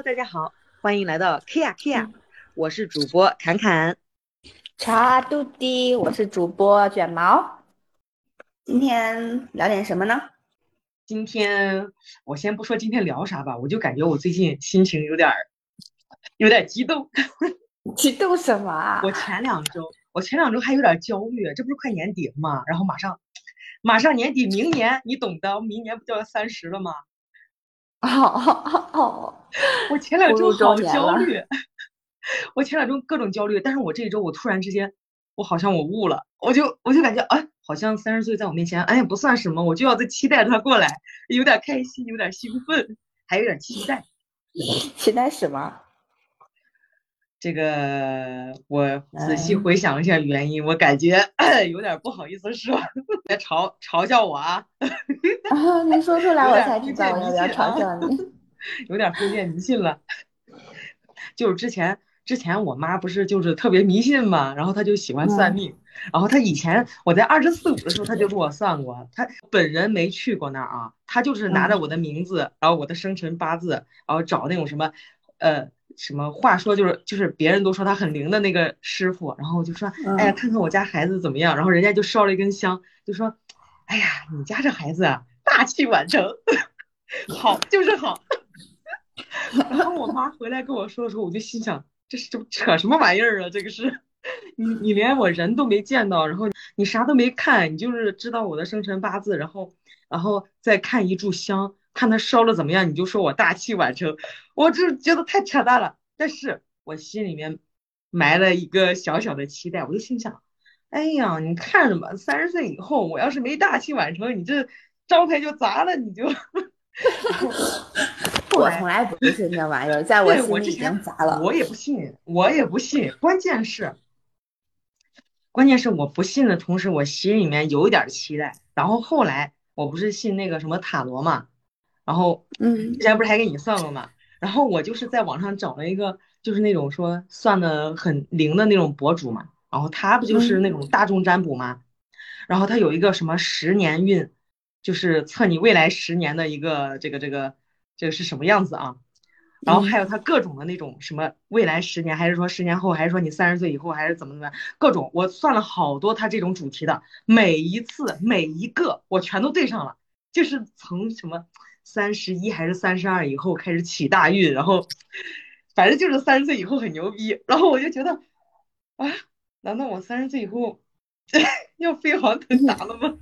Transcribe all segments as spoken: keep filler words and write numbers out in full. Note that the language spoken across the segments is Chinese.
大家好，欢迎来到 Kia Kia， 嗯， 我是主播侃侃。 茶杜迪，我是主播卷毛。今天聊点什么呢？ 今天我先不说今天聊啥吧，我就感觉我最近心情有点儿有点激动。 激动什么啊？ 我前两周，我前两周还有点焦虑，这不是快年底了吗？然后马上马上年底，明年你懂的，明年不就要三十了吗？ 哦哦哦， 我前两步入中周好年了。 焦虑，我前两周各种焦虑，但是我这一周我突然之间，我好像我悟了，我就我就感觉哎，好像三十岁在我面前，哎也不算什么，我就要在期待他过来，有点开心，有点兴奋，还有点期待。 期待什么？ 这个我仔细嗯回想了一下原因，我感觉有点不好意思说，别嘲嘲笑我啊， 啊，你说出来有我点封建才知道我要不要嘲迷信啊， 笑你。 有点封建迷信了。就是之前之前我妈不是就是特别迷信嘛，然后她就喜欢算嗯命，然后她以前我在二十四五的时候，她就给我算过，她本人没去过那儿啊，她就是拿着嗯我的名字，然后我的生辰八字，然后找那种什么呃什么话说就是就是别人都说他很灵的那个师傅，然后我就说哎呀嗯， 看看我家孩子怎么样，然后人家就烧了一根香，就说哎呀你家这孩子啊大器晚成，好就是好。然后我妈回来跟我说的时候，我就心想，这是这扯什么玩意儿啊？这个是你你连我人都没见到，然后你啥都没看，你就是知道我的生辰八字，然后然后再看一炷香，看他烧了怎么样，你就说我大器晚成，我就觉得太扯淡了。但是我心里面埋了一个小小的期待，我就心想，哎呀，你看着吧，三十岁以后，我要是没大器晚成，你这招牌就砸了，你就。然后后我从来。 来不是信那玩意儿，在我对， 心里已我之前经砸了。 我也不信，我也不信。关键是，关键是我不信的同时，我心里面有一点儿期待。然后后来我不是信那个什么塔罗嘛，然后之嗯前不是还给你算过嘛？然后我就是在网上找了一个，就是那种说算的很灵的那种博主嘛。然后他不就是那嗯种大众占卜嘛？然后他有一个什么十年运，就是测你未来十年的一个这个这个这个是什么样子啊？然后还有嗯， 他各种的那种什么未来十年，还是说十年后，还是说你三十岁以后，还是怎么怎么样，各种我算了好多他这种主题的，每一次每一个我全都对上了，就是从什么三十一还是三十二以后开始起大运，然后反正就是三十岁以后很牛逼，然后我就觉得啊，难道我三十岁以后要飞黄腾达了吗？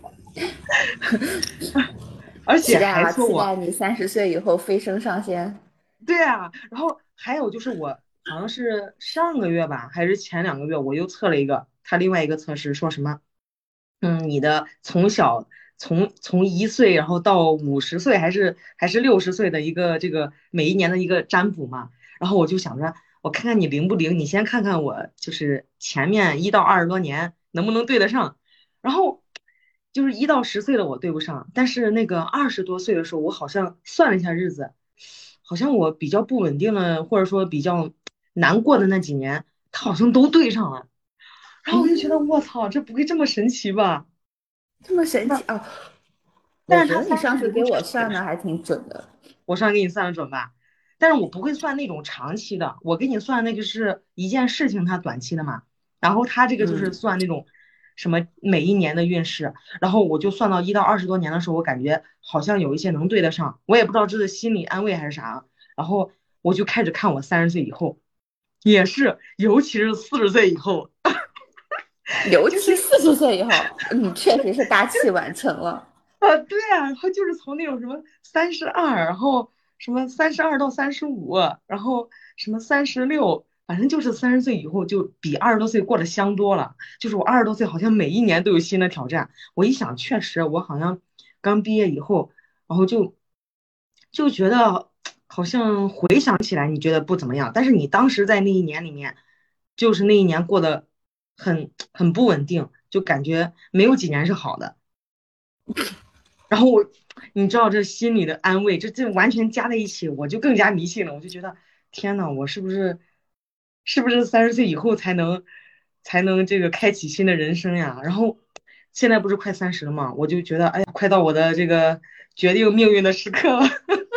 而且期待啊， 还说我期待你三十岁以后飞升上仙。 对啊，然后还有就是我好像是上个月吧，还是前两个月，我又测了一个，他另外一个测试说什么，嗯，你的从小从从一岁然后到五十岁还是还是六十岁的一个这个每一年的一个占卜嘛，然后我就想着我看看你灵不灵，你先看看我就是前面一到二十多年能不能对得上，然后就是一到十岁的我对不上，但是那个二十多岁的时候，我好像算了一下日子。好像我比较不稳定的，或者说比较难过的那几年，他好像都对上了。然后我就觉得嗯， 卧槽，这不会这么神奇吧？ 这么神奇那哦！我但是觉得你他三十上次给我岁以后确实对得上， 算的还挺准的。 我上给你算的准吧？但是我不会算那种长期的，我给你算那个是一件事情它短期的嘛。然后他这个就是嗯， 算那种什么每一年的运势，然后我就算到一到二十多年的时候，我感觉好像有一些能对得上，我也不知道这是心理安慰还是啥。然后我就开始看我三十岁以后。也是，尤其是四十岁以后， 尤其就是四十岁以后，你确实是大器晚成了。 啊，对啊，然后就是从那种什么三十二，然后什么三十二到三十五，然后什么三十六，反正就是三十岁以后就比二十多岁过得香多了。就是我二十多岁好像每一年都有新的挑战，我一想，确实我好像刚毕业以后，然后就就觉得好像回想起来你觉得不怎么样，但是你当时在那一年里面，就是那一年过得很很不稳定，就感觉没有几年是好的。然后我，你知道这心里的安慰，这这完全加在一起，我就更加迷信了。我就觉得，天呐，我是不是，是不是三十岁以后才能，才能这个开启新的人生呀？然后现在不是快三十了嘛，我就觉得，哎呀，快到我的这个决定命运的时刻了。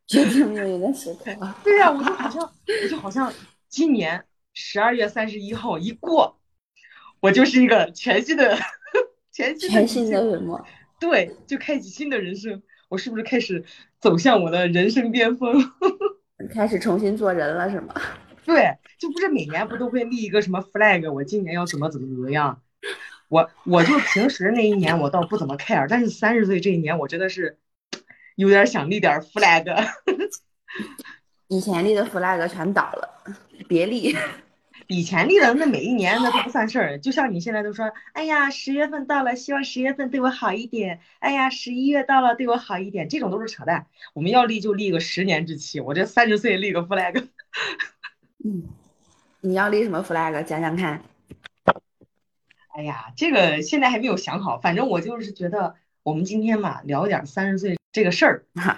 决定命运的时刻啊。 对呀、我就好像我就好像今年十二月三十一号一过，我就是一个全新的全新的全新女性， 的什么？ 对，就开启新的人生。我是不是开始走向我的人生巅峰？ 开始重新做人了是吗？ 对，就不是每年不都会立一个什么 flag，我今年要怎么怎么怎么样？我我就平时那一年我倒不怎么 care，但是三十岁这一年我真的是有点想立点 flag。 以前立的 flag 全倒了，别立。 以前立的那每一年那都不算事儿，就像你现在都说，哎呀，十月份到了，希望十月份对我好一点。哎呀，十一月到了，对我好一点，这种都是扯淡。我们要立就立个十年之期，我这三十岁立个 flag。 嗯，你要立什么 flag？讲讲看。 哎呀，这个现在还没有想好，反正我就是觉得我们今天嘛聊点三十岁这个事儿， 哈，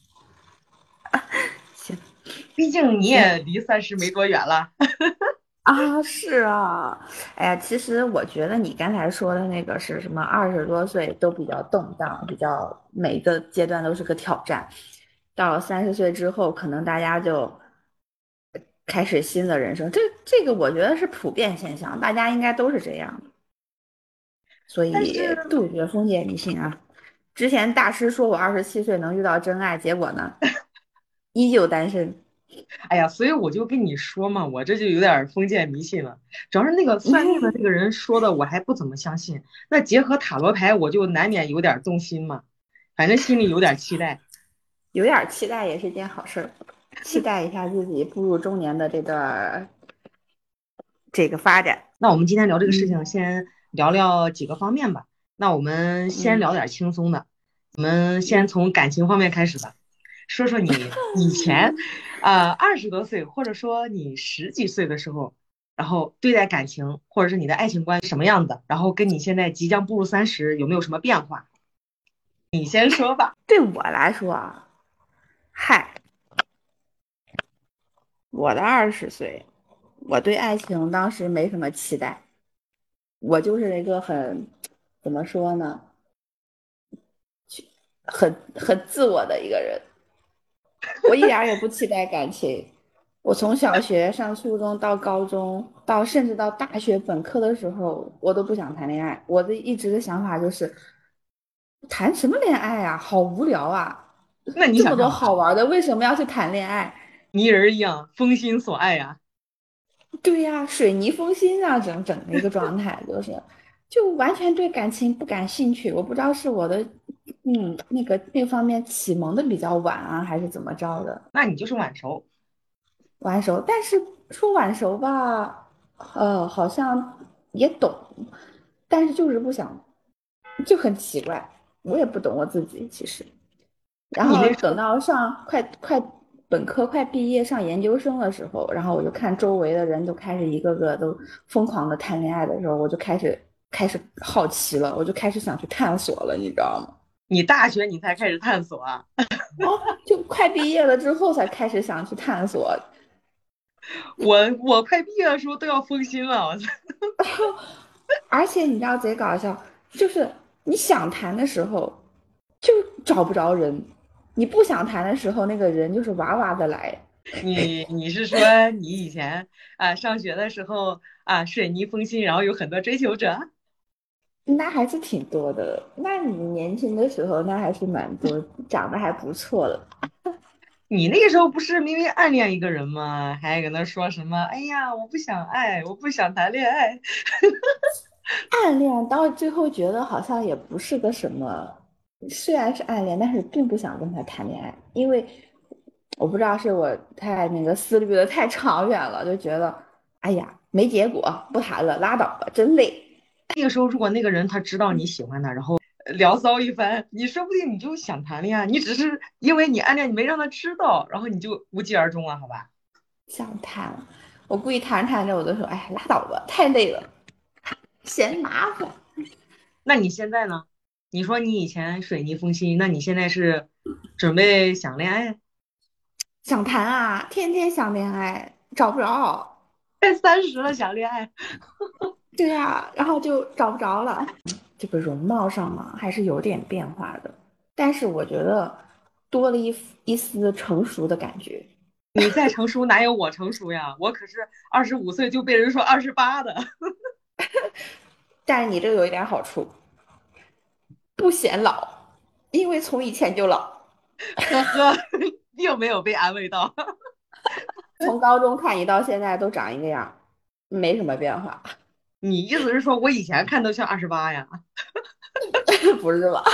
行毕竟你行也离三十没多远了。 啊，是啊，哎呀，其实我觉得你刚才说的那个是什么？二十多岁都比较动荡，比较每个阶段都是个挑战。到了三十岁之后，可能大家就开始新的人生。这这个我觉得是普遍现象，大家应该都是这样的。所但是， 以杜绝封建迷信啊！之前大师说我二十七岁能遇到真爱，结果呢，依旧单身。 哎呀，所以我就跟你说嘛，我这就有点封建迷信了。主要是那个算命的那个人说的，我还不怎么相信。那结合塔罗牌，我就难免有点动心嘛，反正心里有点期待。 有点期待也是件好事儿，期待一下自己步入中年的这段这个发展。 那我们今天聊这个事嗯情，先聊聊几个方面吧。那我们先嗯聊点轻松的，我们先嗯， 从感情方面开始吧。说说你以前，呃，二十多岁，或者说你十几岁的时候，然后对待感情或者是你的爱情观是什么样的，然后跟你现在即将步入三十有没有什么变化？你先说吧。 对我来说啊，嗨，我的二十岁，我对爱情当时没什么期待，我就是一个很怎么说呢，很很自我的一个人。我一点也不期待感情。我从小学上初中到高中，到甚至到大学本科的时候，我都不想谈恋爱。我的一直的想法就是，谈什么恋爱啊，好无聊啊！ 那你这么多想干嘛？ 好玩的，为什么要去谈恋爱？ 泥人一样，封心所爱呀。 对呀，水泥封心啊，整整的一个状态就是，就完全对感情不感兴趣。我不知道是我的，嗯，那个那方面启蒙的比较晚啊，还是怎么着的。 那你就是晚熟。 晚熟，但是说晚熟吧，呃，好像也懂，但是就是不想，就很奇怪，我也不懂我自己其实。然你那时候， 后等到上快快本科快毕业上研究生的时候，然后我就看周围的人都开始一个个都疯狂的谈恋爱的时候，我就开始开始好奇了，我就开始想去探索了，你知道吗？ 你大学你才开始探索啊？ 哦，就快毕业了之后才开始想去探索， 我我快毕业的时候都要封心了，我操！ 而且你知道贼搞笑，就是你想谈的时候就找不着人，你不想谈的时候，那个人就是哇哇的来。 你你是说你以前啊上学的时候啊水泥封心，然后有很多追求者？ 那还是挺多的。那你年轻的时候，那还是蛮多，长得还不错的。 你那个时候不是明明暗恋一个人吗？还搁那说什么？哎呀，我不想爱，我不想谈恋爱。 暗恋到最后觉得好像也不是个什么，虽然是暗恋，但是并不想跟他谈恋爱，因为我不知道是我太那个思虑的太长远了，就觉得哎呀没结果，不谈了，拉倒吧，真累。 那个时候如果那个人他知道你喜欢他，然后呃聊骚一番，你说不定你就想谈恋爱，你只是因为你暗恋，你没让他知道，然后你就无疾而终了，好吧？ 想谈了，我故意谈着谈着，我就说，哎，拉倒吧，太累了，嫌麻烦。 那你现在呢？你说你以前水泥封心，那你现在是准备想恋爱？ 想谈啊，天天想恋爱，找不着。 快三十了想恋爱？ 对呀，然后就找不着了。这个容貌上嘛，还是有点变化的。但是我觉得多了一一丝成熟的感觉。 你再成熟哪有我成熟呀？我可是二十五岁就被人说二十八的。 但是你这个有一点好处，不显老，因为从以前就老。 呵呵，并没有被安慰到。 从高中看你到现在都长一个样，没什么变化。 你意思是说我以前看都像二十八呀？ 不是吧？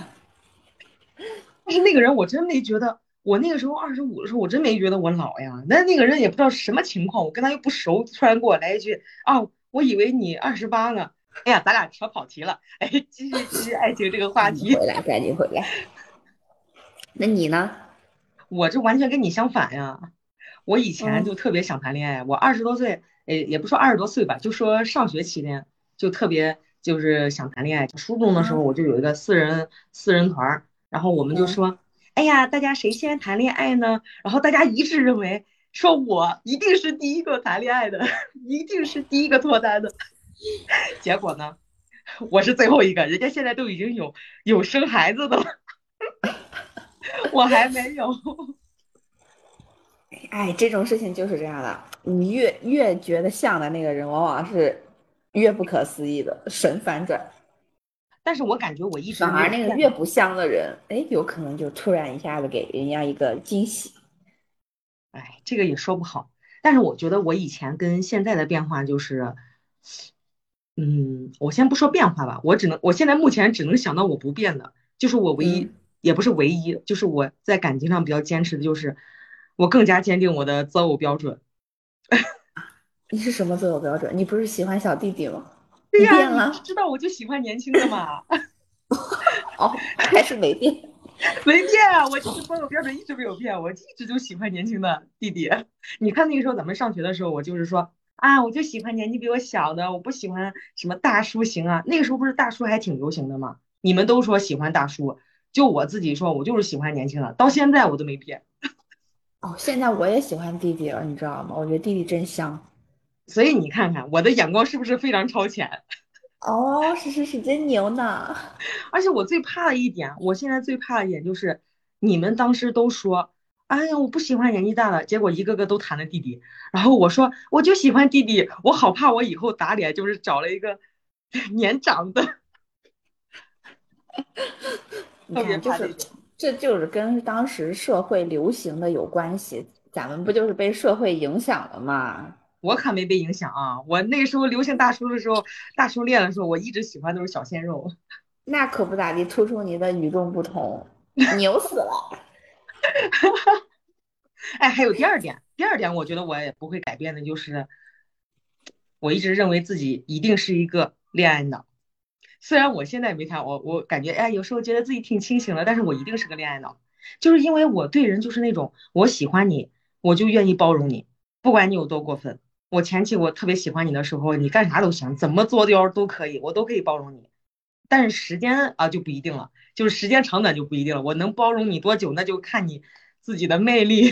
但是那个人我真没觉得，我那个时候二十五的时候，我真没觉得我老呀。但那个人也不知道什么情况，我跟他又不熟，突然给我来一句啊，我以为你二十八呢。哎呀，咱俩扯跑题了。哎，继续继续爱情这个话题。 赶紧回来，赶紧回来。那你呢？ 我这完全跟你相反呀。我以前就嗯特别想谈恋爱，我二十多岁，诶，也不说二十多岁吧，就说上学期间就特别就是想谈恋爱。初中的时候嗯我就有一个四人四人团儿，然后我们就嗯， 说，哎呀，大家谁先谈恋爱呢？然后大家一致认为说我一定是第一个谈恋爱的，一定是第一个脱单的。结果呢，我是最后一个，人家现在都已经有有生孩子的了，我还没有。 哎，这种事情就是这样的，你越越觉得像的那个人，往往是越不可思议的神反转， 但是我感觉我一直反而那个没有变。 越不像的人，哎，有可能就突然一下子给人家一个惊喜。 哎，这个也说不好。但是我觉得我以前跟现在的变化就是，嗯，我先不说变化吧，我只能，我现在目前只能想到我不变的，就是我唯一， 嗯， 也不是唯一，就是我在感情上比较坚持的，就是我更加坚定我的择偶标准。 你是什么择偶标准？你不是喜欢小弟弟吗？你对呀，你不是变了？ 知道我就喜欢年轻的嘛。 哦，还是没变。 没变啊，我这个择偶标准一直没有变，我一直就喜欢年轻的弟弟。你看那个时候咱们上学的时候，我就是说啊，我就喜欢年纪比我小的，我不喜欢什么大叔型啊。那个时候不是大叔还挺流行的吗？你们都说喜欢大叔，就我自己说我就是喜欢年轻的，到现在我都没变。 哦，现在我也喜欢弟弟了，你知道吗？我觉得弟弟真香。 所以你看看我的眼光是不是非常超前？ 哦，是是是，真牛呢。 而且我最怕的一点，我现在最怕的一点就是，你们当时都说，哎呀，我不喜欢年纪大的，结果一个个都谈了弟弟，然后我说我就喜欢弟弟，我好怕我以后打脸就是找了一个年长的，特别你看，就是怕这种。 这就是跟当时社会流行的有关系，咱们不就是被社会影响了吗？ 我可没被影响啊，我那个时候流行大叔的时候，大叔恋的时候，我一直喜欢都是小鲜肉。 那可不咋地，突出你的与众不同，牛死了。 哎，还有第二点，第二点我觉得我也不会改变的，就是我一直认为自己一定是一个恋爱脑。虽然我现在没谈，我我感觉哎，有时候觉得自己挺清醒的，但是我一定是个恋爱脑，就是因为我对人就是那种我喜欢你，我就愿意包容你，不管你有多过分。我前期我特别喜欢你的时候，你干啥都行，怎么作刁都可以，我都可以包容你。但是时间啊就不一定了，就是时间长短就不一定了。我能包容你多久，那就看你自己的魅力。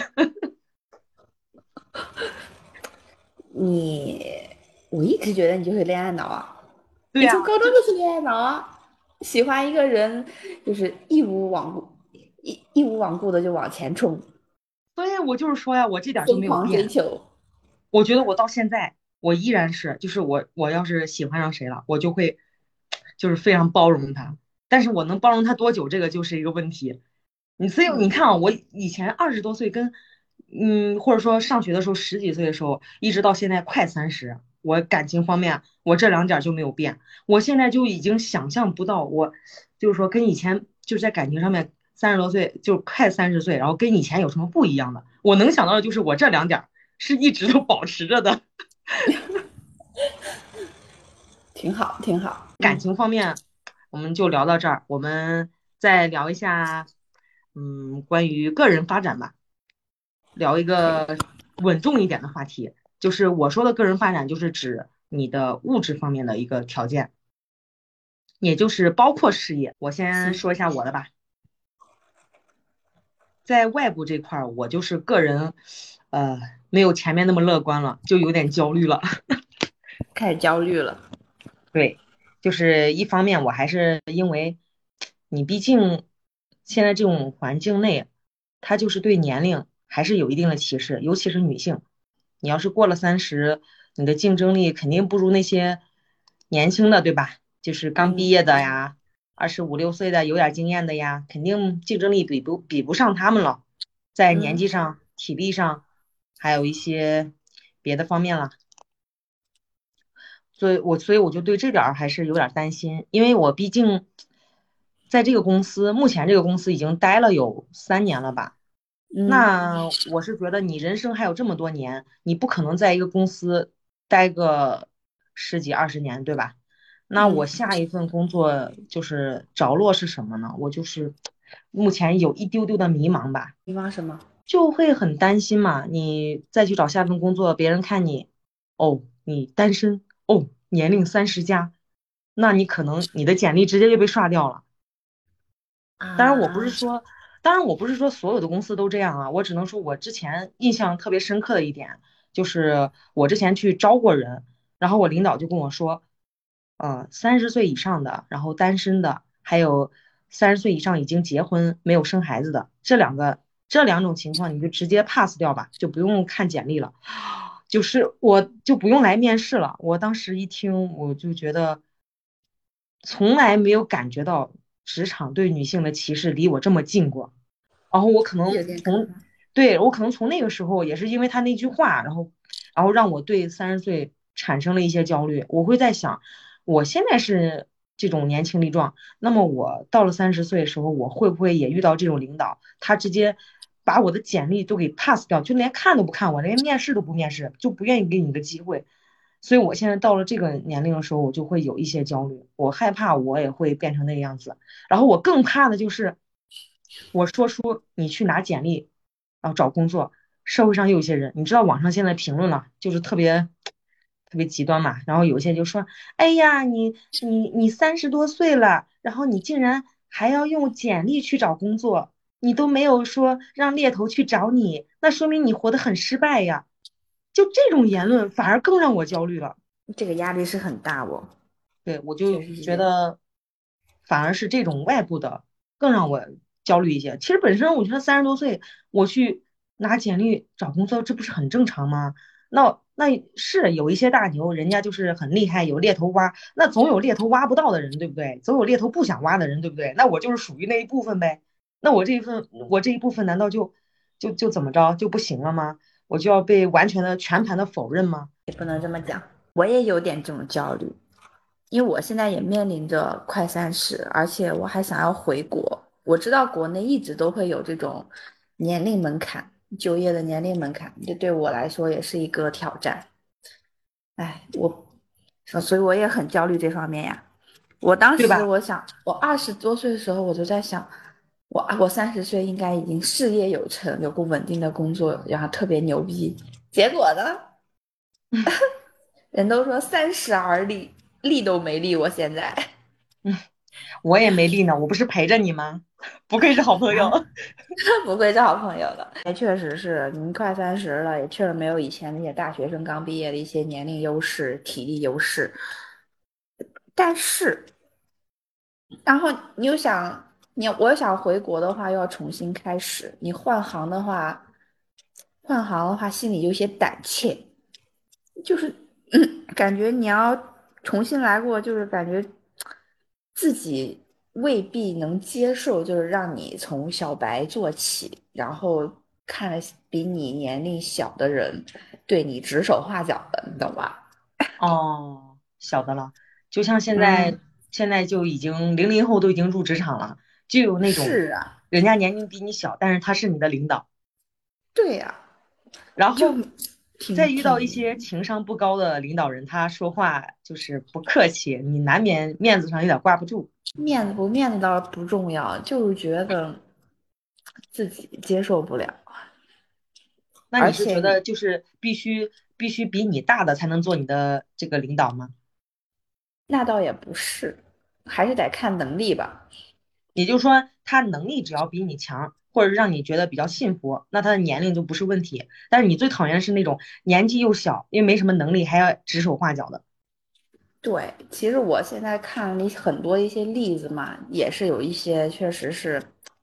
你，我一直觉得你就是恋爱脑啊， 对呀， 你从高中这就是恋爱脑啊，喜欢一个人就是义无往顾，义义无往顾的就往前冲， 所以我就是说呀，我这点就疯狂追没有变。 求。 我觉得我到现在，我依然是，就是我我要是喜欢上谁了，我就会就是非常包容他。但是我能包容他多久，这个就是一个问题。你所以你看啊，我以前二十多岁跟嗯，或者说上学的时候十几岁的时候，一直到现在快三十，我感情方面我这两点儿就没有变。我现在就已经想象不到，我就是说跟以前就是在感情上面三十多岁就快三十岁，然后跟以前有什么不一样的？我能想到的就是我这两点儿是一直都保持着的。 挺好，挺好。 感嗯， 情方面，我们就聊到这儿，我们再聊一下，嗯，关于个人发展吧。聊一可以。 个稳重一点的话题，就是我说的个人发展，就是指你的物质方面的一个条件，也就是包括事业。我先行， 说一下我的吧，在外部这块儿，我就是个人，呃，没有前面那么乐观了，就有点焦虑了。 开始焦虑了。 对，就是一方面，我还是因为你毕竟现在这种环境内。 它就是对年龄还是有一定的歧视，尤其是女性。你要是过了三十，你的竞争力肯定不如那些年轻的，对吧？就是刚毕嗯业的呀，二十五六岁的有点经验的呀，肯定竞争力比不比不上他们了，在年嗯纪上、体力上，还有一些别的方面了。所以我所以我就对这点儿还是有点儿担心，因为我毕竟在这个公司，目前这个公司已经待了有三年了吧。 嗯那我是觉得你人生还有这么多年，你不可能在一个公司待个十几二十年，对吧？那我嗯， 下一份工作就是着落是什么呢？我就是目前有一丢丢的迷茫吧。 你忙什么？ 就会很担心嘛。你再去找下份工作，别人看你，哦，你单身，哦，年龄三十加，那你可能你的简历直接就被刷掉了。当然，我不是啊， 说，当然我不是说所有的公司都这样啊，我只能说我之前印象特别深刻的一点，就是我之前去招过人，然后我领导就跟我说，呃，三十岁以上的，然后单身的，还有三十岁以上已经结婚没有生孩子的，这两个这两种情况，你就直接 pass 掉吧，就不用看简历了，就是我就不用来面试了。我当时一听，我就觉得从来没有感觉到职场对女性的歧视离我这么近过。然后我可能有点可从， 怕。 对，我可能从那个时候也是因为他那句话，然后，然后让我对三十岁产生了一些焦虑。我会在想，我现在是这种年轻力壮，那么我到了三十岁的时候，我会不会也遇到这种领导，他直接把我的简历都给 pass 掉，就连看都不看我，连面试都不面试，就不愿意给你一个机会。所以我现在到了这个年龄的时候，我就会有一些焦虑，我害怕我也会变成那个样子。然后我更怕的就是，我说出你去拿简历，然后找工作，社会上又有一些人，你知道网上现在评论了，就是特别特别极端嘛。然后有一些就说，哎呀，你你你三十多岁了，然后你竟然还要用简历去找工作，你都没有说让猎头去找你，那说明你活得很失败呀。就这种言论反而更让我焦虑了。 这个压力是很大哦， 对，我就确实是这样。 觉得，反而是这种外部的更让我焦虑一些。其实本身我觉得三十多岁我去拿简历找工作，这不是很正常吗？那那是有一些大牛，人家就是很厉害，有猎头挖，那总有猎头挖不到的人，对不对？总有猎头不想挖的人，对不对？那我就是属于那一部分呗。那我这一份，我这一部分难道就就就怎么着就不行了吗？我就要被完全的全盘的否认吗？ 也不能这么讲，我也有点这种焦虑，因为我现在也面临着快三十，而且我还想要回国。我知道国内一直都会有这种年龄门槛，就业的年龄门槛，这对我来说也是一个挑战。哎，我，所以我也很焦虑这方面呀。我当对吧？ 时我想，我二十多岁的时候，我就在想，我我三十岁应该已经事业有成，有个稳定的工作，然后特别牛逼。结果呢，人都说三十而立，立都没立，我现在。 我也没力呢，我不是陪着你吗？不愧是好朋友。 啊，不愧是好朋友了。也确实是，您快三十了，也确实没有以前那些大学生刚毕业的一些年龄优势、体力优势。但是，然后你又想，你我又想回国的话，又要重新开始。你换行的话，换行的话，心里有些胆怯，就是嗯，感觉你要重新来过，就是感觉自己未必能接受，就是让你从小白做起，然后看着比你年龄小的人对你指手画脚的，你懂吧？ 哦，晓得了。就像现嗯， 在，现在就已经零零后都已经入职场了，就有那种是啊， 人家年龄比你小，但是他是你的领导， 对呀、就然后再挺遇到一些挺情商不高的领导人，他说话就是不客气，你难免面子上有点挂不住。 面子不面子倒不重要，就是觉得自己接受不了， 那你是觉而且你得就是必须必须比你大的才能做你的这个领导吗？ 那倒也不是，还是得看能力吧。 也就是说，他能力只要比你强，或者让你觉得比较信服，那他的年龄就不是问题。但是你最讨厌的是那种年纪又小，因为没什么能力还要指手画脚的。 对，其实我现在看了很多一些例子嘛，也是有一些确实是，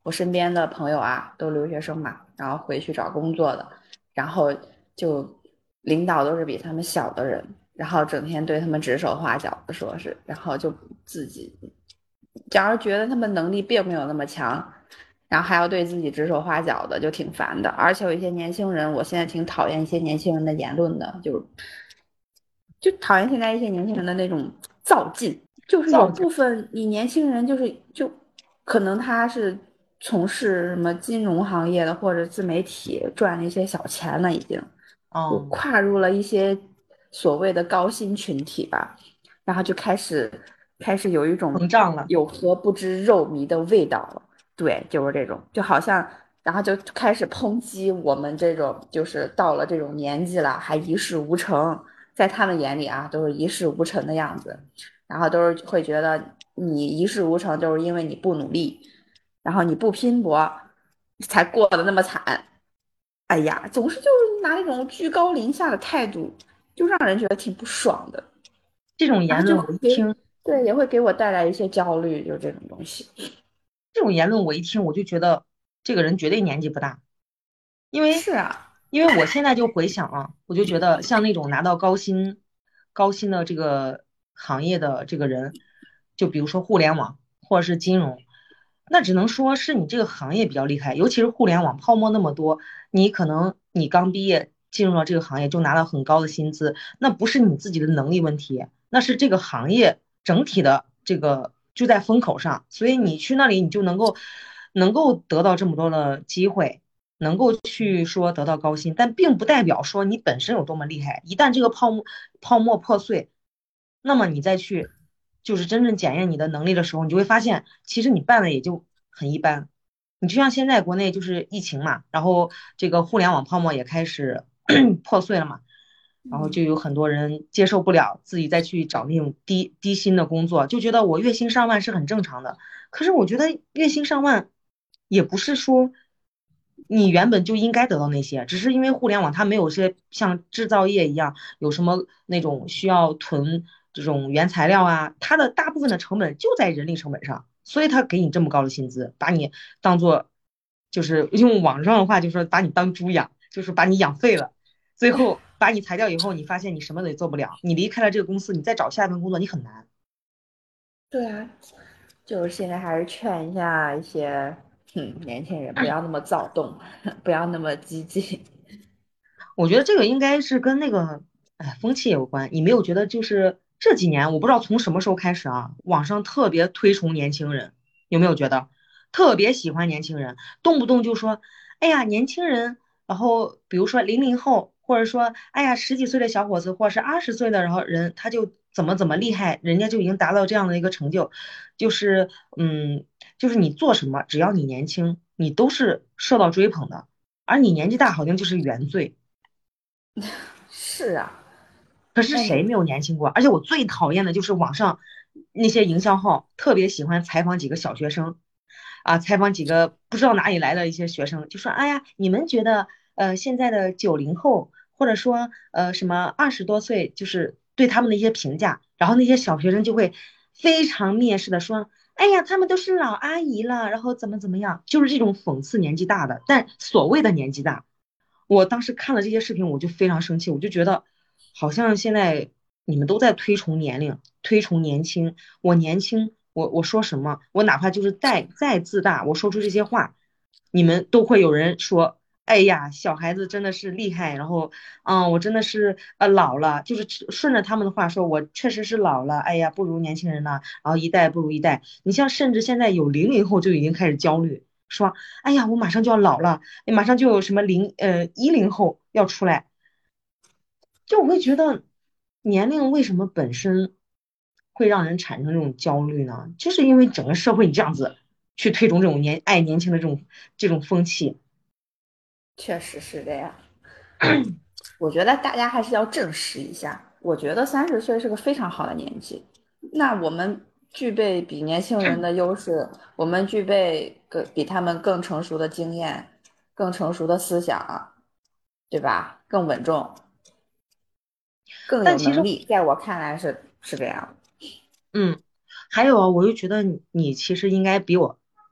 我身边的朋友啊，都留学生嘛，然后回去找工作的，然后就领导都是比他们小的人，然后整天对他们指手画脚的说是，然后就自己假如觉得他们能力并没有那么强，然后还要对自己指手画脚的，就挺烦的。而且有一些年轻人，我现在挺讨厌一些年轻人的言论的，就就讨厌现在一些年轻人的那种躁进。就是有造假。 部分你年轻人就是就可能他是从事什么金融行业的或者自媒体赚了一些小钱了，已经就嗯， 跨入了一些所谓的高薪群体吧，然后就开始开始有一种膨胀了。 有何不知肉糜的味道了。对，就是这种，就好像然后就开始抨击我们这种就是到了这种年纪了还一事无成，在他们眼里啊都是一事无成的样子。然后都是会觉得你一事无成，就是因为你不努力，然后你不拼搏，才过得那么惨。哎呀，总是就是拿那种居高临下的态度，就让人觉得挺不爽的， 这种言论然后就会给， 我一听， 对，也会给我带来一些焦虑，就这种东西。 这种言论我一听我就觉得这个人绝对年纪不大。因为是啊， 因为我现在就回想啊，我就觉得像那种拿到高薪高薪的这个行业的这个人，就比如说互联网或者是金融，那只能说是你这个行业比较厉害，尤其是互联网泡沫那么多，你可能你刚毕业进入了这个行业就拿到很高的薪资，那不是你自己的能力问题，那是这个行业整体的这个就在风口上，所以你去那里你就能够能够得到这么多的机会。能够去说得到高薪，但并不代表说你本身有多么厉害。一旦这个泡沫泡沫破碎，那么你再去就是真正检验你的能力的时候，你就会发现，其实你办的也就很一般。你就像现在国内就是疫情嘛，然后这个互联网泡沫也开始破碎了嘛，然后就有很多人接受不了，自己再去找那种低低薪的工作，就觉得我月薪上万是很正常的。可是我觉得月薪上万也不是说你原本就应该得到那些，只是因为互联网它没有些像制造业一样有什么那种需要囤这种原材料啊，它的大部分的成本就在人力成本上，所以他给你这么高的薪资，把你当做就是用网上的话就说把你当猪养，就是把你养废了。最后把你裁掉以后，你发现你什么也做不了，你离开了这个公司，你再找下一份工作你很难。 对啊，就是现在还是劝一下一些嗯年轻人不要那么躁动，不要那么激进。 我觉得这个应该是跟那个哎风气有关。你没有觉得就是这几年，我不知道从什么时候开始啊，网上特别推崇年轻人，有没有觉得特别喜欢年轻人，动不动就说，哎呀年轻人，然后比如说零零后，或者说哎呀十几岁的小伙子，或者是二十岁的然后人，他就怎么怎么厉害，人家就已经达到这样的一个成就，就是嗯，就是你做什么，只要你年轻，你都是受到追捧的，而你年纪大好像就是原罪。 是啊， 可是那你谁没有年轻过？而且我最讨厌的就是网上那些营销号特别喜欢采访几个小学生啊，采访几个不知道哪里来的一些学生，就说：“哎呀，你们觉得呃现在的九零后，或者说呃什么二十多岁，就是对他们的一些评价。”然后那些小学生就会非常蔑视的说：“哎呀，他们都是老阿姨了，然后怎么怎么样。”就是这种讽刺年纪大的，但所谓的年纪大。我当时看了这些视频，我就非常生气，我就觉得好像现在你们都在推崇年龄，推崇年轻。我年轻，我我说什么，我哪怕就是再再自大，我说出这些话，你们都会有人说，哎呀，小孩子真的是厉害，然后，嗯，我真的是呃老了，就是顺着他们的话说，我确实是老了，哎呀，不如年轻人了，然后一代不如一代。你像甚至现在有零零后就已经开始焦虑，说，哎呀，我马上就要老了。马上就有什么零呃一零后要出来，就我会觉得年龄为什么本身会让人产生这种焦虑呢？就是因为整个社会你这样子去推崇这种年爱年轻的这种这种风气。 确实是这样。我觉得大家还是要正视一下。我觉得三十岁是个非常好的年纪，那我们具备比年轻人的优势，我们具备更比他们更成熟的经验、更成熟的思想，对吧？更稳重、更有但其实能力，在我看来是是这样。 嗯，还有啊，我又觉得你你其实应该比我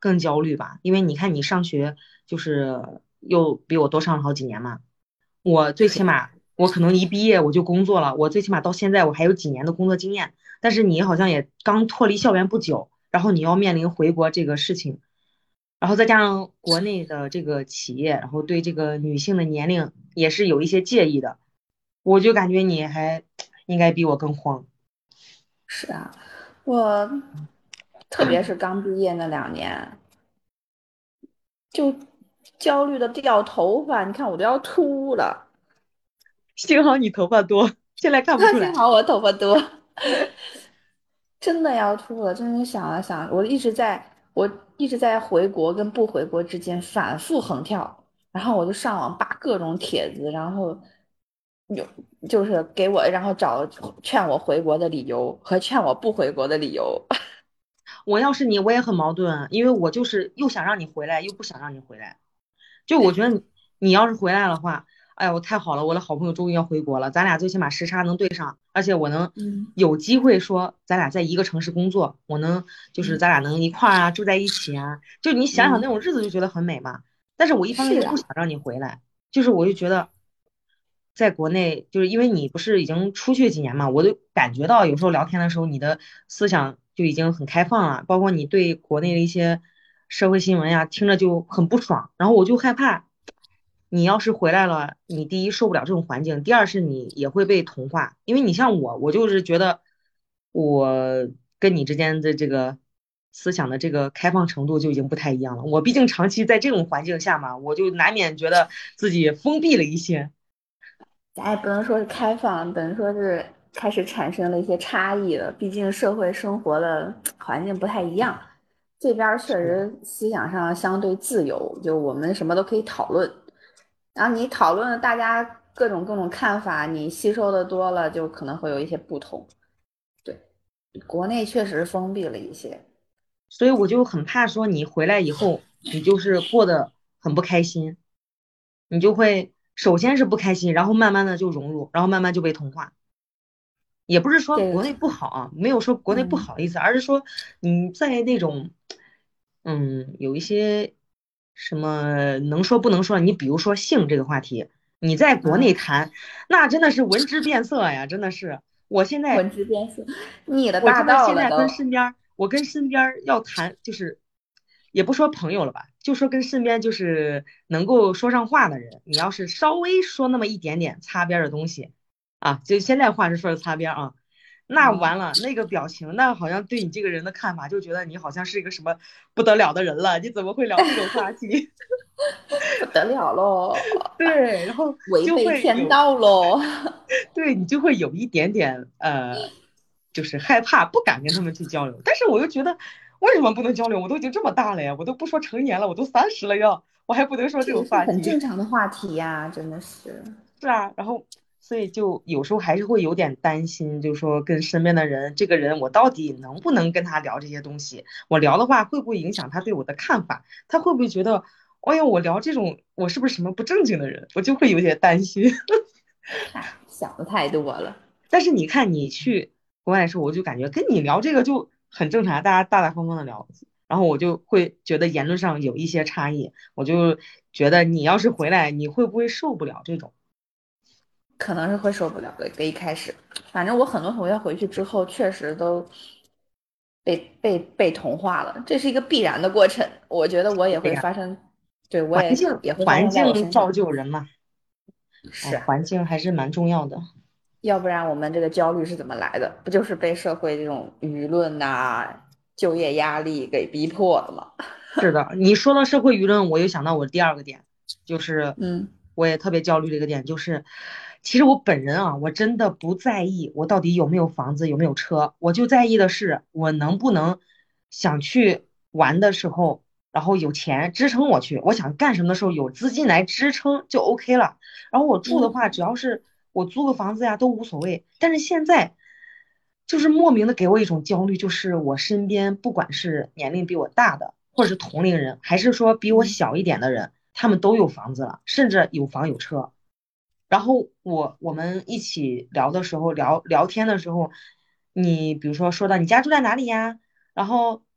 更焦虑吧，因为你看你上学就是又比我多上了好几年嘛，我最起码我可能一毕业我就工作了，我最起码到现在我还有几年的工作经验，但是你好像也刚脱离校园不久，然后你要面临回国这个事情，然后再加上国内的这个企业，然后对这个女性的年龄也是有一些介意的，我就感觉你还应该比我更慌。 是啊，我特别是刚毕业那两年，就焦虑的掉头发，你看我都要秃了。 幸好你头发多，现在看不出来。 幸好我头发多，真的要秃了。真的想了想，我一直在我一直在回国跟不回国之间反复横跳，然后我就上网扒各种帖子，然后有就是给我，然后找劝我回国的理由和劝我不回国的理由。 我要是你，我也很矛盾，因为我就是又想让你回来，又不想让你回来。就我觉得你你要是回来的话，哎呀，我太好了，我的好朋友终于要回国了，咱俩最起码时差能对上，而且我能嗯有机会说咱俩在一个城市工作，我能就是嗯咱俩能一块儿啊住在一起啊，就你想想那嗯， 种日子就觉得很美嘛。但是我一方面又是啊， 不想让你回来，就是我就觉得在国内，就是因为你不是已经出去几年嘛，我就感觉到有时候聊天的时候，你的思想就已经很开放了，包括你对国内的一些社会新闻呀，听着就很不爽，然后我就害怕，你要是回来了，你第一受不了这种环境，第二是你也会被同化，因为你像我，我就是觉得我跟你之间的这个思想的这个开放程度就已经不太一样了，我毕竟长期在这种环境下嘛，我就难免觉得自己封闭了一些。 咱也不能说是开放，等于说是开始产生了一些差异了。毕竟社会生活的环境不太一样，这边儿确实思想上相对自由，就我们什么都可以讨论。然后你讨论了大家各种各种看法，你吸收的多了，就可能会有一些不同。对，国内确实封闭了一些。 所以我就很怕说你回来以后，你就是过得很不开心，你就会首先是不开心，然后慢慢的就融入，然后慢慢就被同化。也不是说这个， 国内不好啊，没有说国内不嗯好的意思，而是说你在那种，嗯，有一些什么能说不能说，你比如说性这个话题，你在国内啊， 谈，那真的是闻之变色呀，真的是。我现在文质变色，腻了我大真的现在道了都。 跟身边儿，我跟身边儿要谈，就是也不说朋友了吧，就说跟身边就是能够说上话的人，你要是稍微说那么一点点擦边儿的东西啊，就现在话是说的擦边儿啊，那嗯， 完了，那个表情，那好像对你这个人的看法，就觉得你好像是一个什么不得了的人了，你怎么会聊这种话题？ 不得了喽， 对，然后就违背会有天道喽。 对你就会有一点点呃，就是害怕，不敢跟他们去交流。但是我又觉得，为什么不能交流？我都已经这么大了呀，我都不说成年了，我都三十了要，我还不能说这种这个是话题。 很正常的话题呀，真的是。 是啊，然后所以就有时候还是会有点担心，就是说跟身边的人，这个人我到底能不能跟他聊这些东西？我聊的话会不会影响他对我的看法？他会不会觉得，哎呀，我聊这种，我是不是什么不正经的人？我就会有点担心。 嗨，想的太多了。 但是你看你去国外的时候，我就感觉跟你聊这个就很正常，大家大大方方的聊，然后我就会觉得言论上有一些差异，我就觉得你要是回来，你会不会受不了这种？ 可能是会受不了的。一开始，反正我很多同学回去之后，确实都被被被同化了，这是一个必然的过程。我觉得我也对呀， 会发生，对，我也环境也会发环生在我境造身上。 就人嘛，哎， 是啊， 环境还是蛮重要的。 要不然我们这个焦虑是怎么来的？不就是被社会这种舆论呐、就业压力给逼迫的吗？ 是的，你说到社会舆论，我又想到我第二个点，就是嗯我也特别焦虑的一个点，就是其实我本人啊，我真的不在意我到底有没有房子，有没有车，我就在意的是我能不能想去玩的时候，然后有钱支撑我去，我想干什么的时候有资金来支撑就 OK 了。然后我住的嗯， 话，只要是我租个房子呀都无所谓。但是现在就是莫名的给我一种焦虑，就是我身边不管是年龄比我大的，或者是同龄人，还是说比我嗯小一点的人，他们都有房子了，甚至有房有车。然后我我们一起聊的时候，聊聊天的时候，你比如说说到你家住在哪里呀？然后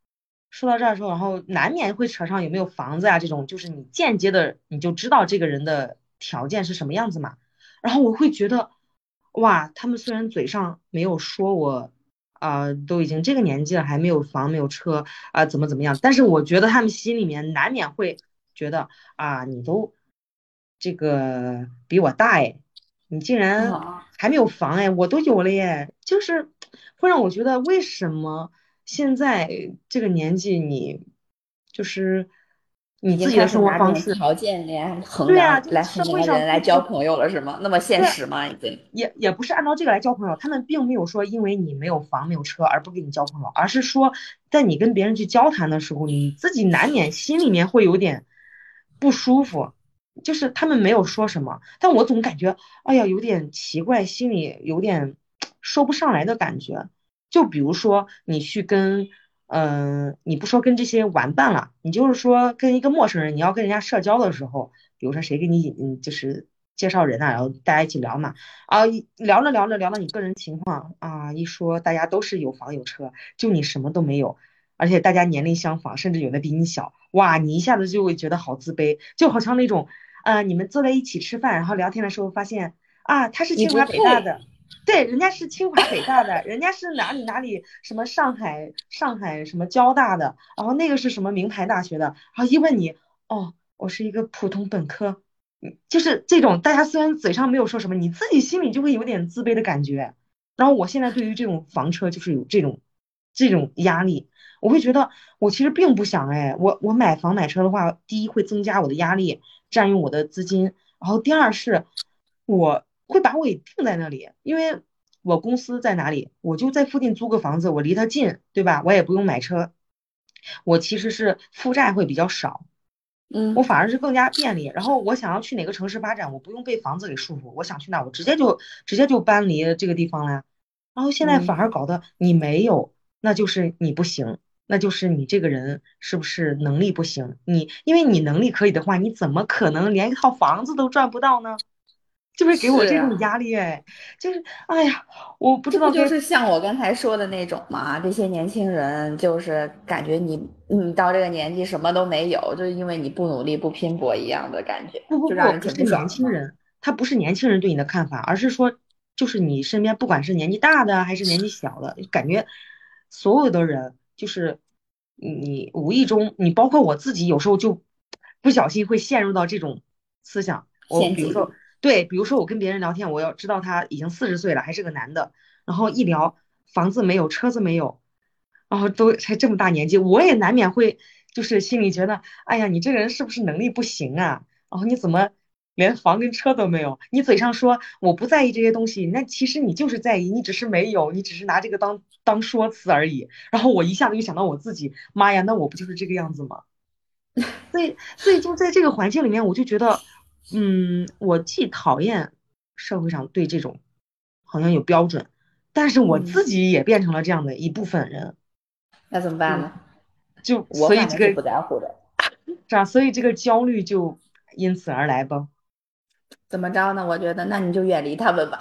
说到这儿的时候，然后难免会扯上有没有房子啊这种，就是你间接的你就知道这个人的条件是什么样子嘛。然后我会觉得，哇，他们虽然嘴上没有说我，啊、都已经这个年纪了还没有房没有车啊、怎么怎么样，但是我觉得他们心里面难免会觉得啊，你都这个比我大哎，你竟然啊， 还没有房哎，我都有了耶，就是会让我觉得为什么现在这个年纪你就是你已经自己的生活开始拿这方式， 种条件来衡对呀、 量就是来衡量社会上人来交规则。 朋友了，是吗？那么现对， 实吗？已经。 也也不是按照这个来交朋友，他们并没有说因为你没有房没有车而不跟你交朋友，而是说在你跟别人去交谈的时候，你自己难免心里面会有点不舒服。就是他们没有说什么，但我总感觉，哎呀，有点奇怪，心里有点说不上来的感觉。就比如说你去跟，嗯、你不说跟这些玩伴了，你就是说跟一个陌生人，你要跟人家社交的时候。比如说谁给你引，嗯，就是介绍人啊，然后大家一起聊嘛，啊，一聊着聊着聊到你个人情况啊，一说大家都是有房有车，就你什么都没有，而且大家年龄相仿，甚至有的比你小，哇，你一下子就会觉得好自卑，就好像那种，呃，你们坐在一起吃饭，然后聊天的时候发现啊，他是你不清华北大配。 的。对，人家是清华北大的，人家是哪里哪里什么上海上海什么交大的，然后那个是什么名牌大学的，然后一问你，哦，我是一个普通本科，嗯就是这种大家虽然嘴上没有说什么，你自己心里就会有点自卑的感觉。然后我现在对于这种房车就是有这种这种压力，我会觉得我其实并不想哎，我我买房买车的话，第一会增加我的压力，占用我的资金，然后第二是我会把我给定在那里，因为我公司在哪里，我就在附近租个房子，我离它近，对吧？我也不用买车，我其实是负债会比较少。我嗯反而是更加便利。然后我想要去哪个城市发展，我不用被房子给束缚，我想去哪，我直接就直接就搬离这个地方了。然后现在反嗯。 而搞得你没有，那就是你不行，那就是你这个人是不是能力不行？你因为你能力可以的话，你怎么可能连一套房子都赚不到呢？就会给我这种是啊， 压力，哎，就是哎呀，我不知道该。 这不就是像我刚才说的那种吗？这些年轻人就是感觉你你到这个年纪什么都没有，就是因为你不努力不拼搏一样的感觉， 不不不， 就让人挺不不是年爽的嘛。 轻人，他不是年轻人对你的看法，而是说，就是你身边不管是年纪大的还是年纪小的，感觉所有的人，就是你你无意中，你包括我自己，有时候就不小心会陷入到这种思想。我陷阱。 比如说，对，比如说我跟别人聊天，我要知道他已经四十岁了，还是个男的，然后一聊房子没有，车子没有，然后都才这么大年纪，我也难免会就是心里觉得，哎呀，你这个人是不是能力不行啊？然后你怎么连房跟车都没有？你嘴上说我不在意这些东西，那其实你就是在意，你只是没有，你只是拿这个当当说辞而已。然后我一下子就想到我自己，妈呀，那我不就是这个样子吗？所以，所以就在这个环境里面，我就觉得，嗯，我既讨厌社会上对这种好像有标准，但是我嗯， 自己也变成了这样的一部分人， 那怎么办就呢？ 就我所以这个反正是不在乎的。 是啊，所以这个焦虑就因此而来吧。 怎么着呢？我觉得那你就远离他们吧。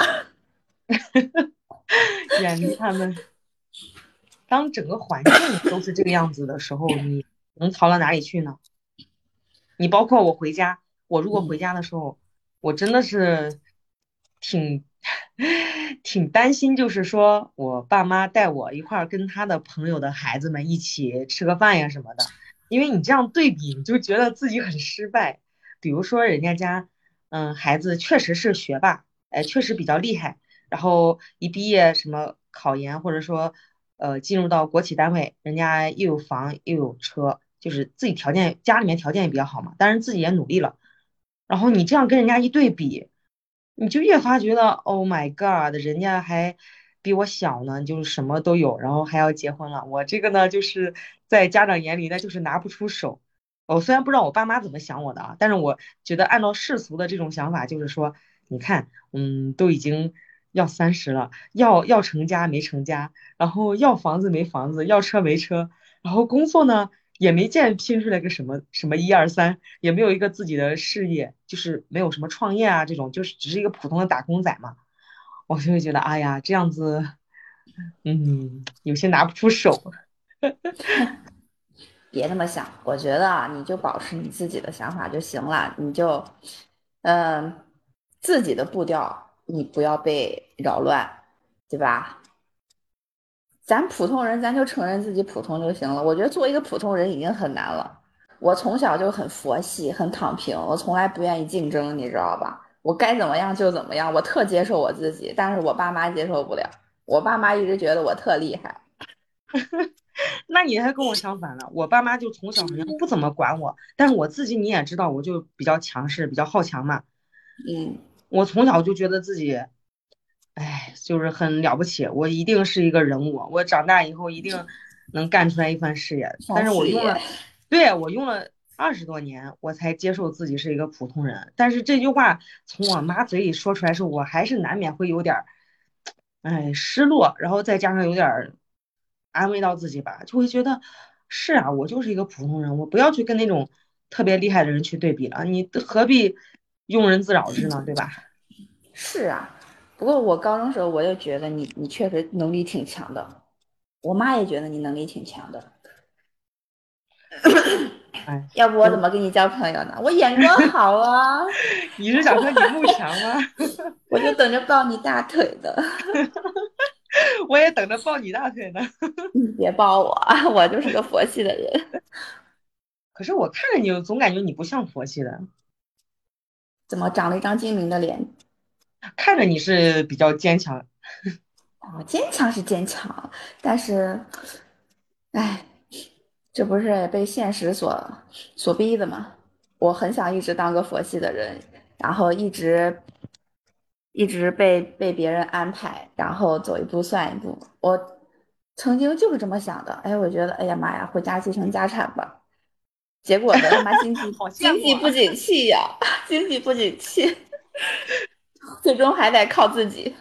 远离他们。当整个环境都是这个样子的时候，你能逃到哪里去呢？你包括我回家，我如果回嗯， 家的时候，我真的是挺挺担心，就是说我爸妈带我一块儿跟他的朋友的孩子们一起吃个饭呀什么的，因为你这样对比，你就觉得自己很失败。比如说人家家，嗯，孩子确实是学霸，哎，确实比较厉害，然后一毕业什么考研或者说呃进入到国企单位，人家又有房又有车，就是自己条件家里面条件也比较好嘛，当然自己也努力了。然后你这样跟人家一对比，你就越发觉得 Oh my God，人家还比我小呢，就是什么都有，然后还要结婚了。我这个呢，就是在家长眼里那就是拿不出手。我虽然不知道我爸妈怎么想我的啊，但是我觉得按照世俗的这种想法，就是说，你看，嗯，都已经要三十了，要要成家没成家，然后要房子没房子，要车没车，然后工作呢也没见拼出来个什么什么一二三，也没有一个自己的事业，就是没有什么创业啊这种，就是只是一个普通的打工仔嘛。我就会觉得，哎呀，这样子，嗯，有些拿不出手。 别那么想，我觉得啊，你就保持你自己的想法就行了，你就，嗯、自己的步调，你不要被扰乱，对吧？咱普通人，咱就承认自己普通就行了。我觉得做一个普通人已经很难了。我从小就很佛系，很躺平，我从来不愿意竞争，你知道吧？我该怎么样就怎么样，我特接受我自己，但是我爸妈接受不了。我爸妈一直觉得我特厉害。 那你还跟我相反了，我爸妈就从小好像不怎么管我，但是我自己你也知道，我就比较强势，比较好强嘛。 嗯， 我从小就觉得自己，哎，就是很了不起，我一定是一个人物，我长大以后一定能干出来一番事业。但是我上事业。 用了，对，我用了二十多年，我才接受自己是一个普通人。但是这句话从我妈嘴里说出来时候，我还是难免会有点儿，哎，失落，然后再加上有点儿安慰到自己吧，就会觉得是啊，我就是一个普通人，我不要去跟那种特别厉害的人去对比了，你何必庸人自扰之呢，对吧？ 是啊，不过我高中时候我就觉得你你确实能力挺强的，我妈也觉得你能力挺强的。 哎， 要不我怎就么跟你交朋友呢？我眼光好啊， 你是想说你慕强吗？ 我就等着抱你大腿的。 我也等着抱你大腿呢。 你别抱我啊，我就是个佛系的人。 可是我看着你，总感觉你不像佛系的， 怎么长了一张精明的脸？ 看着你是比较坚强。 我坚强是坚强，但是，哎，这不是被现实所所逼的吗？我很想一直当个佛系的人，然后一直一直被被别人安排，然后走一步算一步。我曾经就是这么想的，哎，我觉得，哎呀妈呀，回家继承家产吧。结果呢，他妈经济好羡慕啊！ 经济不景气呀，经济不景气，最终还得靠自己。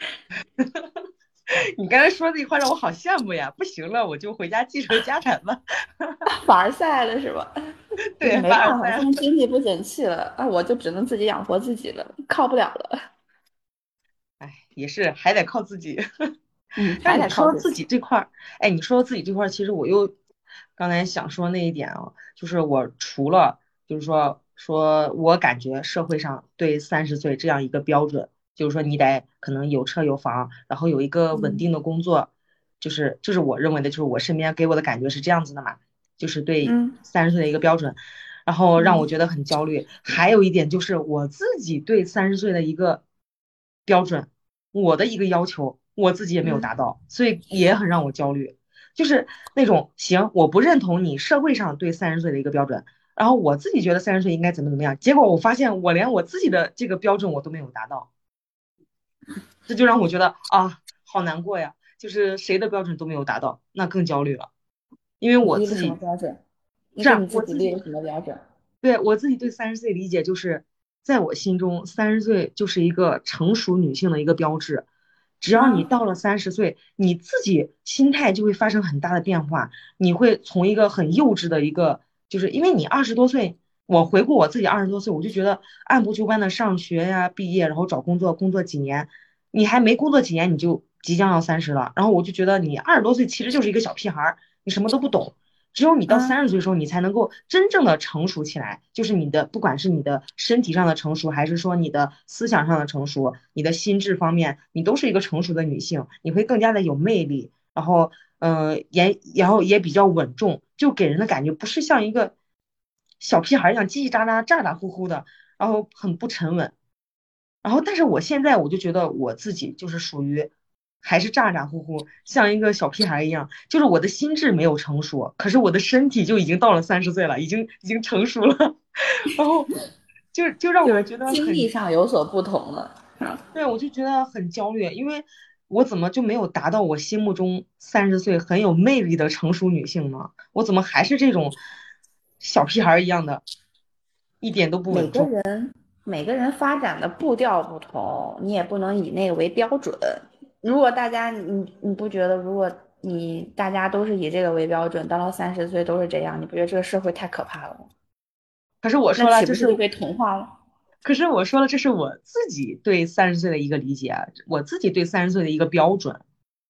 你刚才说那句话让我好羡慕呀！不行了，我就回家继承家产吧。 凡尔赛了是吧？就是对， 没办法， 凡尔赛了。 现在经济不景气了啊，我就只能自己养活自己了，靠不了了。 哎，也是还得靠自己。 嗯， 但还得是你说到自靠自己。 己这块儿，哎，你说到自己这块儿，其实我又刚才想说那一点啊，就是我除了就是说说我感觉社会上对三十岁这样一个标准，就是说你得可能有车有房，然后有一个稳嗯定的工作，就是就是我认为的，就是我身边给我的感觉是这样子的嘛，就是对嗯三十岁的一个标准，然后让我嗯觉得很焦虑。还有一点就是我自己对三十岁的一个标准。我的一个要求，我自己也没有嗯， 达到，所以也很让我焦虑。就是那种行，我不认同你社会上对三十岁的一个标准，然后我自己觉得三十岁应该怎么怎么样，结果我发现我连我自己的这个标准我都没有达到，这就让我觉得啊，好难过呀。就是谁的标准都没有达到，那更焦虑了。因为你立的什么我自己标准？你是啊， 给你自我自己己立的什么标准？ 对我自己对三十岁理解就是，在我心中，三十岁就是一个成熟女性的一个标志。只要你啊， 到了三十岁，你自己心态就会发生很大的变化。你会从一个很幼稚的一个，就是因为你二十多岁，我回顾我自己二十多岁，我就觉得按部就班的上学呀、毕业，然后找工作，工作几年，你还没工作几年你就即将要三十了，然后我就觉得你二十多岁其实就是一个小屁孩儿，你什么都不懂。只有你到三十嗯岁的时候，你才能够真正的成熟起来，就是你的不管是你的身体上的成熟，还是说你的思想上的成熟，你的心智方面，你都是一个成熟的女性，你会更加的有魅力，然后呃也然后也比较稳重，就给人的感觉不是像一个小屁孩一样叽叽喳喳、咋咋呼呼的，然后很不沉稳。然后，但是我现在我就觉得我自己就是属于还是咋咋呼呼，像一个小屁孩一样，就是我的心智没有成熟，可是我的身体就已经到了三十岁了，已经已经成熟了，然后就就让就是我觉得经历很， 上有所不同了。啊， 对，我就觉得很焦虑，因为我怎么就没有达到我心目中三十岁很有魅力的成熟女性呢？我怎么还是这种小屁孩一样的，一点都不每稳重？ 个人每个人发展的步调不同，你也不能以那个为标准。如果大家你你不觉得，如果你大家都是以这个为标准，到了三十岁都是这样，你不觉得这个社会太可怕了吗？ 可是我那说了，这是岂不是就被同化了？ 可是我说了，这是我自己对三十岁的一个理解啊，我自己对三十岁的一个标准。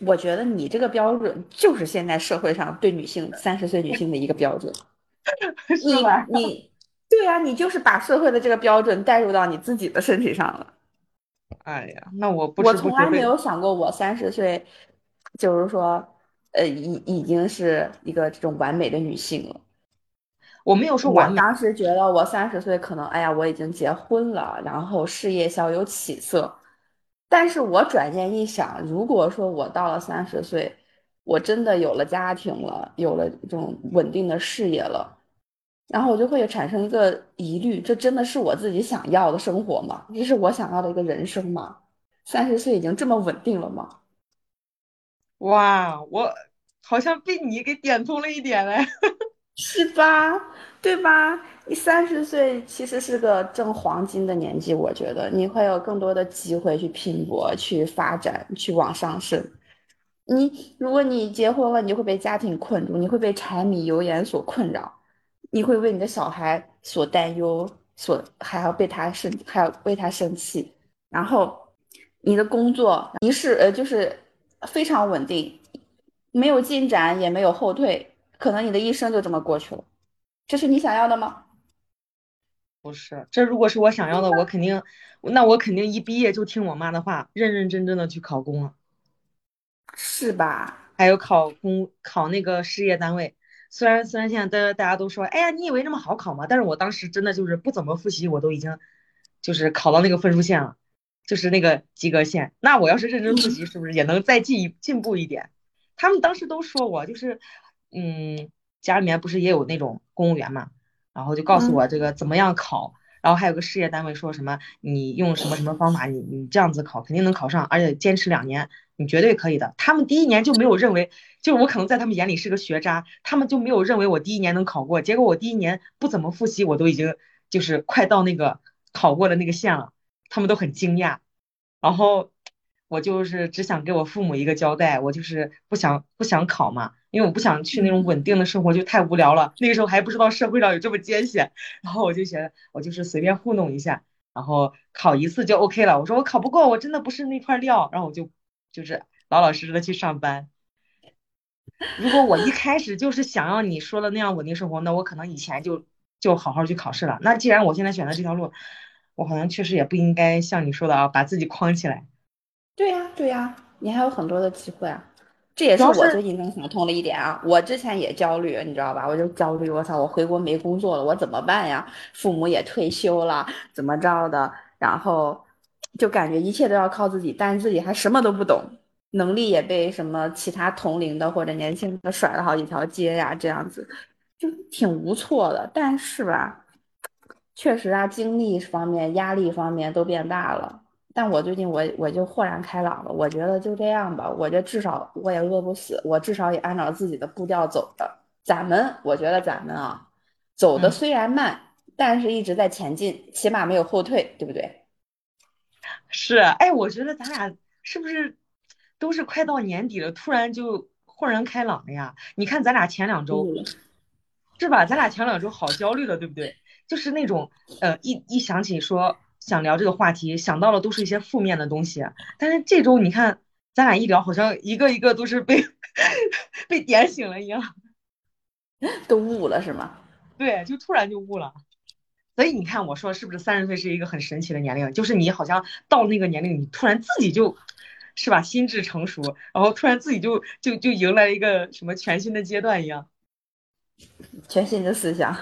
我觉得你这个标准就是现在社会上对女性三十岁女性的一个标准。 是你吧？ 你，对呀、你就是把社会的这个标准带入到你自己的身体上了。 哎呀，那我不知不我从觉被来没有想过我三十岁，就是说，呃，已已经是一个这种完美的女性了。 我没有说完美。 我当时觉得我三十岁可能，哎呀，我已经结婚了，然后事业小有起色。但是我转念一想，如果说我到了三十岁，我真的有了家庭了，有了这种稳定的事业了，然后我就会产生一个疑虑：这真的是我自己想要的生活吗？这是我想要的一个人生吗？三十岁已经这么稳定了吗？ 哇，我好像被你给点通了一点嘞。 是吧？对吧？你三十岁其实是个正黄金的年纪，我觉得你会有更多的机会去拼搏、去发展、去往上升。你如果你结婚了，你就会被家庭困住，你会被柴米油盐所困扰，你会为你的小孩所担忧，所还要被他生，还要为他生气。然后你的工作一是呃就是非常稳定，没有进展也没有后退，可能你的一生就这么过去了。这是你想要的吗？ 不是，这如果是我想要的，我肯定，那我肯定一毕业就听我妈的话，认认真真的去考公了。 是吧？ 还有考公考那个事业单位。虽然虽然现在大家大家都说，哎呀，你以为那么好考吗？但是我当时真的就是不怎么复习，我都已经就是考到那个分数线了，就是那个及格线。那我要是认真复习，是不是也能再进一进步一点？他们当时都说我就是，嗯，家里面不是也有那种公务员嘛，然后就告诉我这嗯， 个怎么样考。然后还有个事业单位说什么，你用什么什么方法，你你这样子考肯定能考上，而且坚持两年，你绝对可以的。他们第一年就没有认为，就我可能在他们眼里是个学渣，他们就没有认为我第一年能考过。结果我第一年不怎么复习，我都已经就是快到那个考过的那个线了，他们都很惊讶。然后我就是只想给我父母一个交代，我就是不想不想考嘛，因为我不想去那种稳定的生活，就太无聊了。那个时候还不知道社会上有这么艰险，然后我就觉得我就是随便糊弄一下，然后考一次就 OK 了。我说我考不过，我真的不是那块料，然后我就就是老老实实的去上班。如果我一开始就是想要你说的那样稳定生活，那我可能以前就就好好去考试了。那既然我现在选择这条路，我好像确实也不应该像你说的啊，把自己框起来。 对呀，对呀，你还有很多的机会啊。这也是主要是我最近刚想通的一点啊。我之前也焦虑，你知道吧？我就焦虑，我操，我回国没工作了，我怎么办呀？父母也退休了，怎么着的？然后就感觉一切都要靠自己，但是自己还什么都不懂，能力也被什么其他同龄的或者年轻的甩了好几条街呀，这样子就挺无措的。但是吧，确实啊，精力方面、压力方面都变大了。但我最近我我就豁然开朗了，我觉得就这样吧，我觉得至少我也饿不死，我至少也按照自己的步调走的。咱们，我觉得咱们啊，走的嗯。 虽然慢，但是一直在前进，起码没有后退，对不对？ 是，哎，我觉得咱俩是不是都是快到年底了，突然就豁然开朗了呀？你看咱俩前两周嗯， 是吧？咱俩前两周好焦虑的，对不对？就是那种呃，一一想起说想聊这个话题，想到了都是一些负面的东西啊。但是这周你看咱俩一聊，好像一个一个都是被被点醒了一样。 都悟了是吗？ 对，就突然就悟了。所以你看，我说是不是三十岁是一个很神奇的年龄？就是你好像到那个年龄，你突然自己就，是吧，心智成熟，然后突然自己就就就迎来一个什么全新的阶段一样。 全新的思想。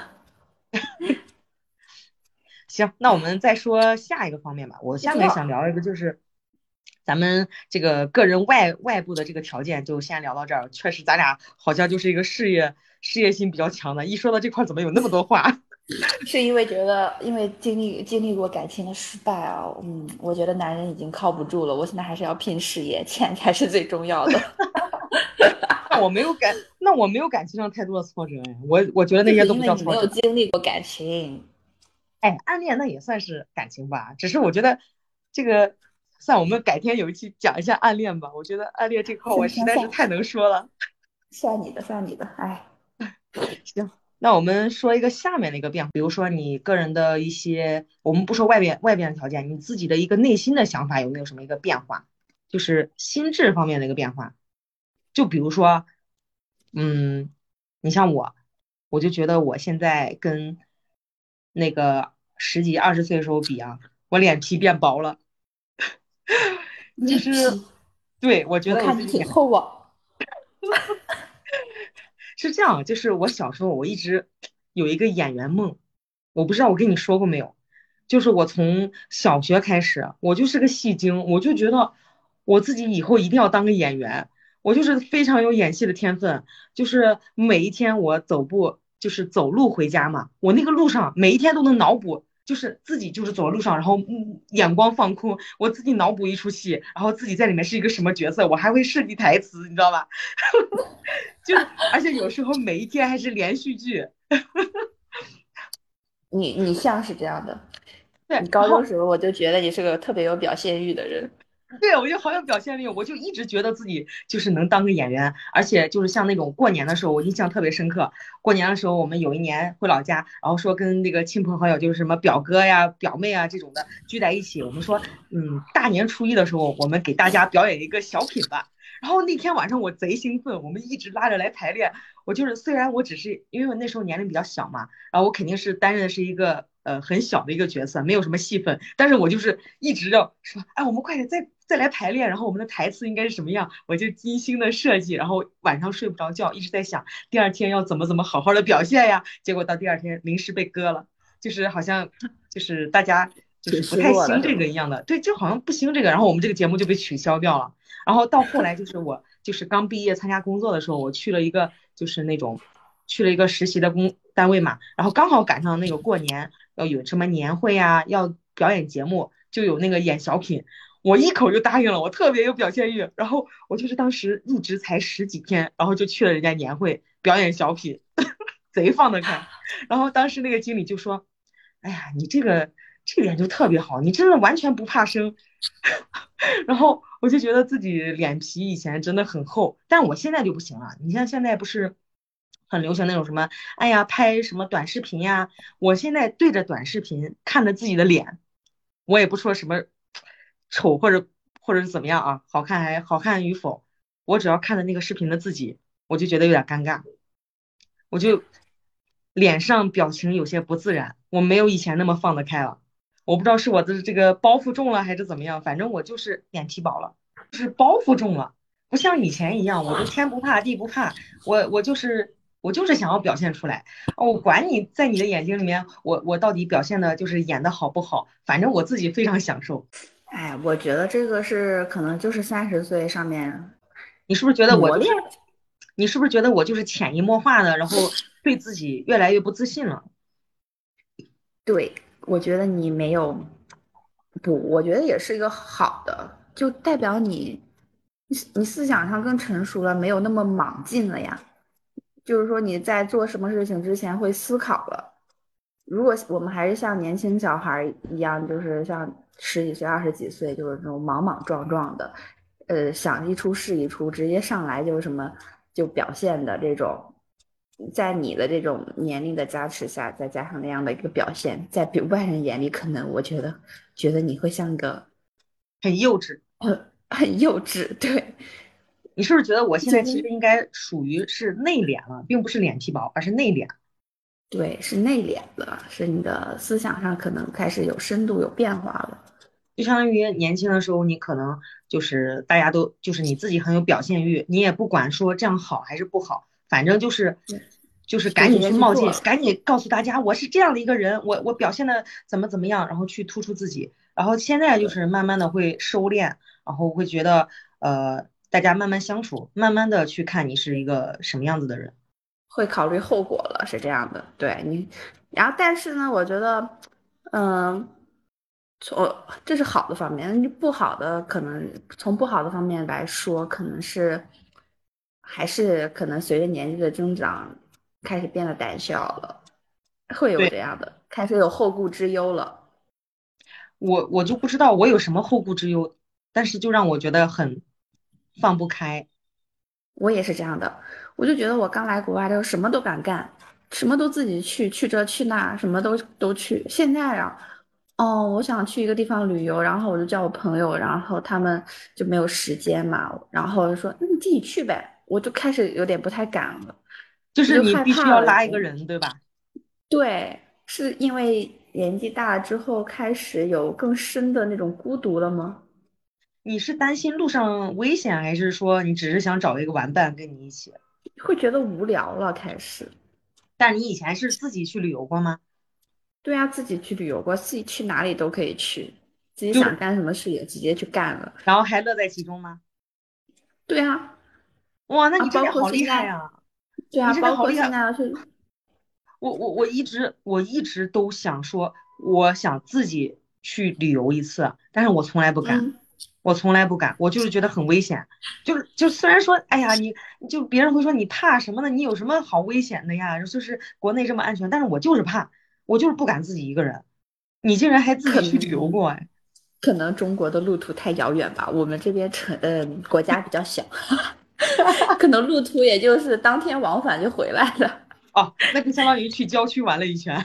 行，那我们再说下一个方面吧。我下面想睡觉。 聊一个，就是咱们这个个人外外部的这个条件，就先聊到这儿。确实，咱俩好像就是一个事业事业心比较强的。一说到这块儿，怎么有那么多话？ 是因为觉得，因为经历经历过感情的失败啊，嗯，我觉得男人已经靠不住了，我现在还是要拼事业，钱才是最重要的。 那我没有感，那我没有感情上太多的挫折哎，我我觉得那些都不就是因为叫挫折。 你没有经历过感情。 哎，暗恋那也算是感情吧，只是我觉得这个算我们改天有一期讲一下暗恋吧。我觉得暗恋这块儿我行行行， 实在是太能说了。 算你的，算你的，哎。 行，那我们说一个下面的一个变化，比如说你个人的一些，我们不说外边外边的条件，你自己的一个内心的想法有没有什么一个变化？就是心智方面的一个变化。 就比如说，嗯，你像我，我就觉得我现在跟那个十几二十岁的时候比啊，我脸皮变薄了，就是脸皮， 对我觉我看你挺得我自己脸厚啊。 是这样，就是我小时候我一直有一个演员梦，我不知道我跟你说过没有，就是我从小学开始，我就是个戏精，我就觉得我自己以后一定要当个演员，我就是非常有演戏的天分，就是每一天我走步，就是走路回家嘛，我那个路上每一天都能脑补。就是自己就是走在路上，然后嗯眼光放空，我自己脑补一出戏，然后自己在里面是一个什么角色，我还会设计台词，你知道吧？就是而且有时候每一天还是连续剧， 你你像是这样的， 对， 你高中然后时候我就觉得你是个特别有表现欲的人。 对我就好有表现力，我就一直觉得自己就是能当个演员，而且就是像那种过年的时候，我印象特别深刻。过年的时候，我们有一年回老家，然后说跟那个亲朋好友，就是什么表哥呀、表妹啊这种的聚在一起，我们说，嗯，大年初一的时候，我们给大家表演一个小品吧。然后那天晚上我贼兴奋，我们一直拉着来排练。我就是虽然我只是因为我那时候年龄比较小嘛，然后我肯定是担任的是一个呃很小的一个角色，没有什么戏份，但是我就是一直要说，哎，我们快点再再来排练，然后我们的台词应该是什么样，我就精心的设计，然后晚上睡不着觉，一直在想第二天要怎么怎么好好的表现呀，结果到第二天临时被割了，就是好像就是大家就挺是不失落的， 太兴这是吗？ 个一样的，对，就好像不兴这个，然后我们这个节目就被取消掉了。然后到后来就是我就是刚毕业参加工作的时候，我去了一个就是那种去了一个实习的工单位嘛，然后刚好赶上那个过年要有什么年会啊，要表演节目，就有那个演小品，我一口就答应了，我特别有表现欲，然后我就是当时入职才十几天，然后就去了人家年会表演小品，贼放得开。然后当时那个经理就说：“哎呀，你这个这个脸就特别好，你真的完全不怕生。”然后我就觉得自己脸皮以前真的很厚，但我现在就不行了。你像现在不是很流行那种什么，哎呀，拍什么短视频呀？我现在对着短视频看着自己的脸，我也不说什么丑或者或者是怎么样啊，好看还好看与否，我只要看着那个视频的自己，我就觉得有点尴尬，我就脸上表情有些不自然，我没有以前那么放得开了。我不知道是我的这个包袱重了还是怎么样，反正我就是脸皮薄了，就是包袱重了，不像以前一样，我就天不怕地不怕，我我就是我就是想要表现出来，哦我管你在你的眼睛里面，我我到底表现的就是演的好不好，反正我自己非常享受。 哎，我觉得这个是可能就是三十岁上面你是不是觉得我磨练。 就是，你是不是觉得我就是潜移默化的，然后对自己越来越不自信了？ 对，我觉得你没有，不，我觉得也是一个好的，就代表你，你你思想上更成熟了，没有那么莽进了呀。就是说你在做什么事情之前会思考了。如果我们还是像年轻小孩一样，就是像十几岁、二十几岁，就是那种莽莽撞撞的，呃，想一出是一出，直接上来就是什么就表现的这种，在你的这种年龄的加持下，再加上那样的一个表现，在别外人眼里，可能我觉得觉得你会像个很幼稚。 很很幼稚，对， 你是不是觉得我现在觉得其实应该属于是内敛了，并不是脸皮薄，而是内敛？ 对，是内敛了，是你的思想上可能开始有深度、有变化了。 就相当于年轻的时候，你可能就是大家都就是你自己很有表现欲，你也不管说这样好还是不好，反正就是对， 就是赶紧就直接去冒进， 去做了。 赶紧告诉大家我是这样的一个人，我我表现的怎么怎么样，然后去突出自己。然后现在就是慢慢的会收敛，然后会觉得呃大家慢慢相处，慢慢的去看你是一个什么样子的人。 会考虑后果了，是这样的。对你，然后但是呢，我觉得，嗯，从这是好的方面，不好的可能从不好的方面来说，可能是还是可能随着年纪的增长，开始变得胆小了，会有对， 这样的，开始有后顾之忧了。 我我就不知道我有什么后顾之忧，但是就让我觉得很放不开。 我也是这样的，我就觉得我刚来国外的时候什么都敢干，什么都自己去，去这去那，什么都都去。现在啊，哦，我想去一个地方旅游，然后我就叫我朋友，然后他们就没有时间嘛，然后就说那你自己去呗。 我就开始有点不太敢了， 就是我就你必须要害怕了已拉一个经。 人，对吧？ 对，是因为年纪大了之后开始有更深的那种孤独了吗？ 你是担心路上危险，还是说你只是想找一个玩伴跟你一起？ 会觉得无聊了，开始。 但你以前是自己去旅游过吗？ 对啊，自己去旅游过，自己去哪里都可以去，自己就想干什么事也直接去干了。 然后还乐在其中吗？ 对啊， 哇，那啊， 你这包括点好厉现在， 害呀！ 对啊， 你这点包括好厉害。 现在要去， 我我我一直我一直都想说，我想自己去旅游一次，但是我从来不敢， 嗯， 我从来不敢，我就是觉得很危险。就是就虽然说，哎呀，你就别人会说你怕什么呢？你有什么好危险的呀？就是国内这么安全，但是我就是怕，我就是不敢自己一个人。你竟然还自己可去旅游能过，哎。 可能中国的路途太遥远吧，我们这边城呃国家比较小，可能路途也就是当天往返就回来了。 哦，那就相当于去郊区玩了一圈。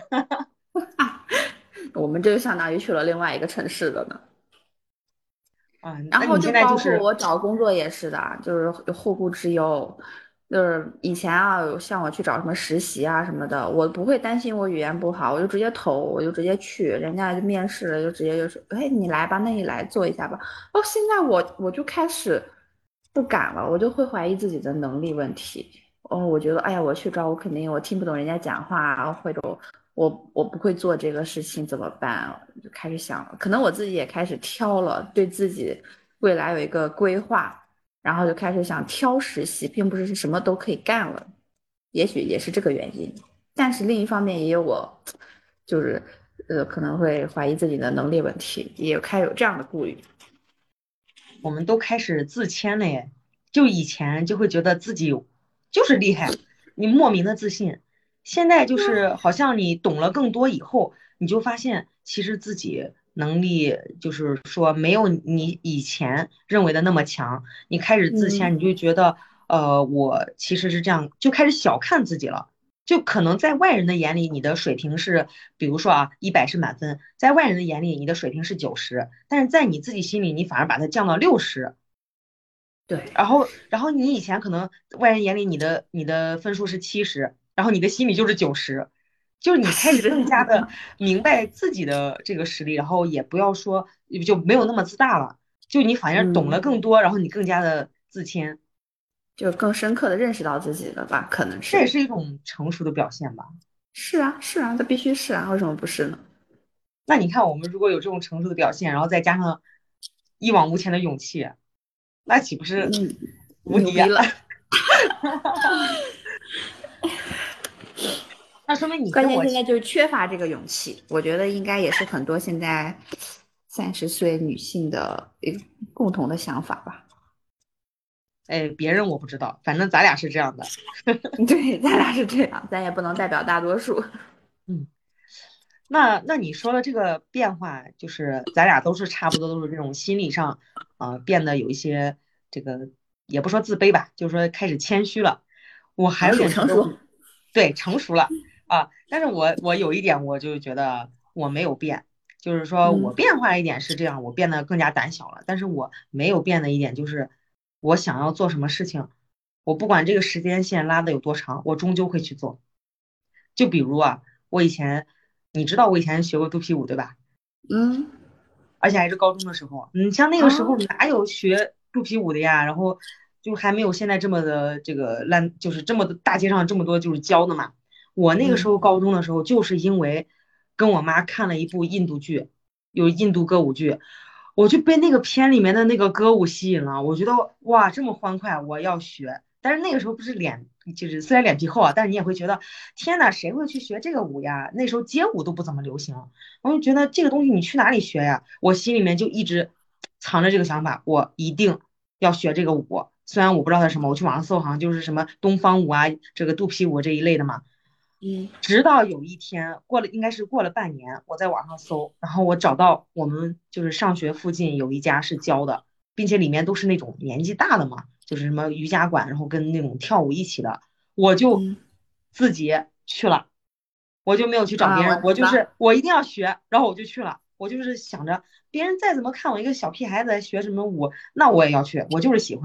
我们这就相当于去了另外一个城市了呢。 啊， 然后就那你现在就包括是我找工作也是的，就是有后顾之忧。就是以前啊，有像我去找什么实习啊什么的，我不会担心我语言不好，我就直接投，我就直接去，人家就面试了，就直接就说，哎，你来吧，那你来做一下吧。哦，现在我我就开始不敢了，我就会怀疑自己的能力问题。哦，我觉得，哎呀，我去找我肯定我听不懂人家讲话，或者我我不会做这个事情怎么办？就开始想了，可能我自己也开始挑了，对自己未来有一个规划，然后就开始想挑实习，并不是什么都可以干了，也许也是这个原因。但是另一方面也有我，就是呃可能会怀疑自己的能力问题，也开始有这样的顾虑。 我们都开始自谦了耶，就以前就会觉得自己就是厉害，你莫名的自信，现在就是好像你懂了更多以后，你就发现其实自己能力就是说没有你以前认为的那么强，你开始自谦， 嗯你就觉得呃我其实是这样，就开始小看自己了。就可能在外人的眼里，你的水平是，比如说啊，一百是满分，在外人的眼里，你的水平是九十，但是在你自己心里，你反而把它降到六十。 对， 然后，然后你以前可能外人眼里你的你的分数是七十，然后你的心里就是九十，就是你开始更加是， 的明白自己的这个实力，然后也不要说就没有那么自大了，就你反而懂了嗯， 更多，然后你更加的自谦， 就更深刻的认识到自己了吧？可能是。 这也是一种成熟的表现吧。 是啊，是啊，这必须是啊，为什么不是呢？ 那你看，我们如果有这种成熟的表现，然后再加上一往无前的勇气，那岂不是嗯， 无敌呀？ 牛逼了。 那说明你关跟我键现在就是缺乏这个勇气，我觉得应该也是很多现在三十岁女性的一个共同的想法吧。 哎，别人我不知道，反正咱俩是这样的。 对，咱俩是这样，咱也不能代表大多数。 嗯，那那你说的这个变化，就是咱俩都是差不多都是这种心理上啊、呃变得有一些这个，也不说自卑吧，就是说开始谦虚了。我还成熟， 有点觉得我， 成熟。 对，成熟了啊。但是我我有一点，我就觉得我没有变，就是说我嗯变化一点是这样，我变得更加胆小了。但是我没有变的一点就是，我想要做什么事情，我不管这个时间线拉的有多长，我终究会去做。就比如啊，我以前，你知道我以前学过肚皮舞对吧？ 嗯， 而且还是高中的时候，你像那个时候啊， 哪有学肚皮舞的呀？然后就还没有现在这么的这个烂，就是这么的大街上这么多就是教的嘛。我那个时嗯候高中的时候，就是因为跟我妈看了一部印度剧，有印度歌舞剧，我就被那个片里面的那个歌舞吸引了。我觉得哇，这么欢快，我要学。但是那个时候不是脸，就是虽然脸皮厚啊，但是你也会觉得天呐，谁会去学这个舞呀？那时候街舞都不怎么流行。我就觉得这个东西你去哪里学呀？我心里面就一直藏着这个想法，我一定要学这个舞。虽然我不知道它是什么，我去网上搜，好像就是什么东方舞啊，这个肚皮舞这一类的嘛。 嗯直到有一天过了，应该是过了半年，我在网上搜，然后我找到我们就是上学附近有一家是教的，并且里面都是那种年纪大的嘛，就是什么瑜伽馆，然后跟那种跳舞一起的，我就嗯自己去了。我就没有去找啊， 别人，我就我知道。 是我一定要学，然后我就去了。我就是想着别人再怎么看我一个小屁孩子来学什么舞，那我也要去，我就是喜欢。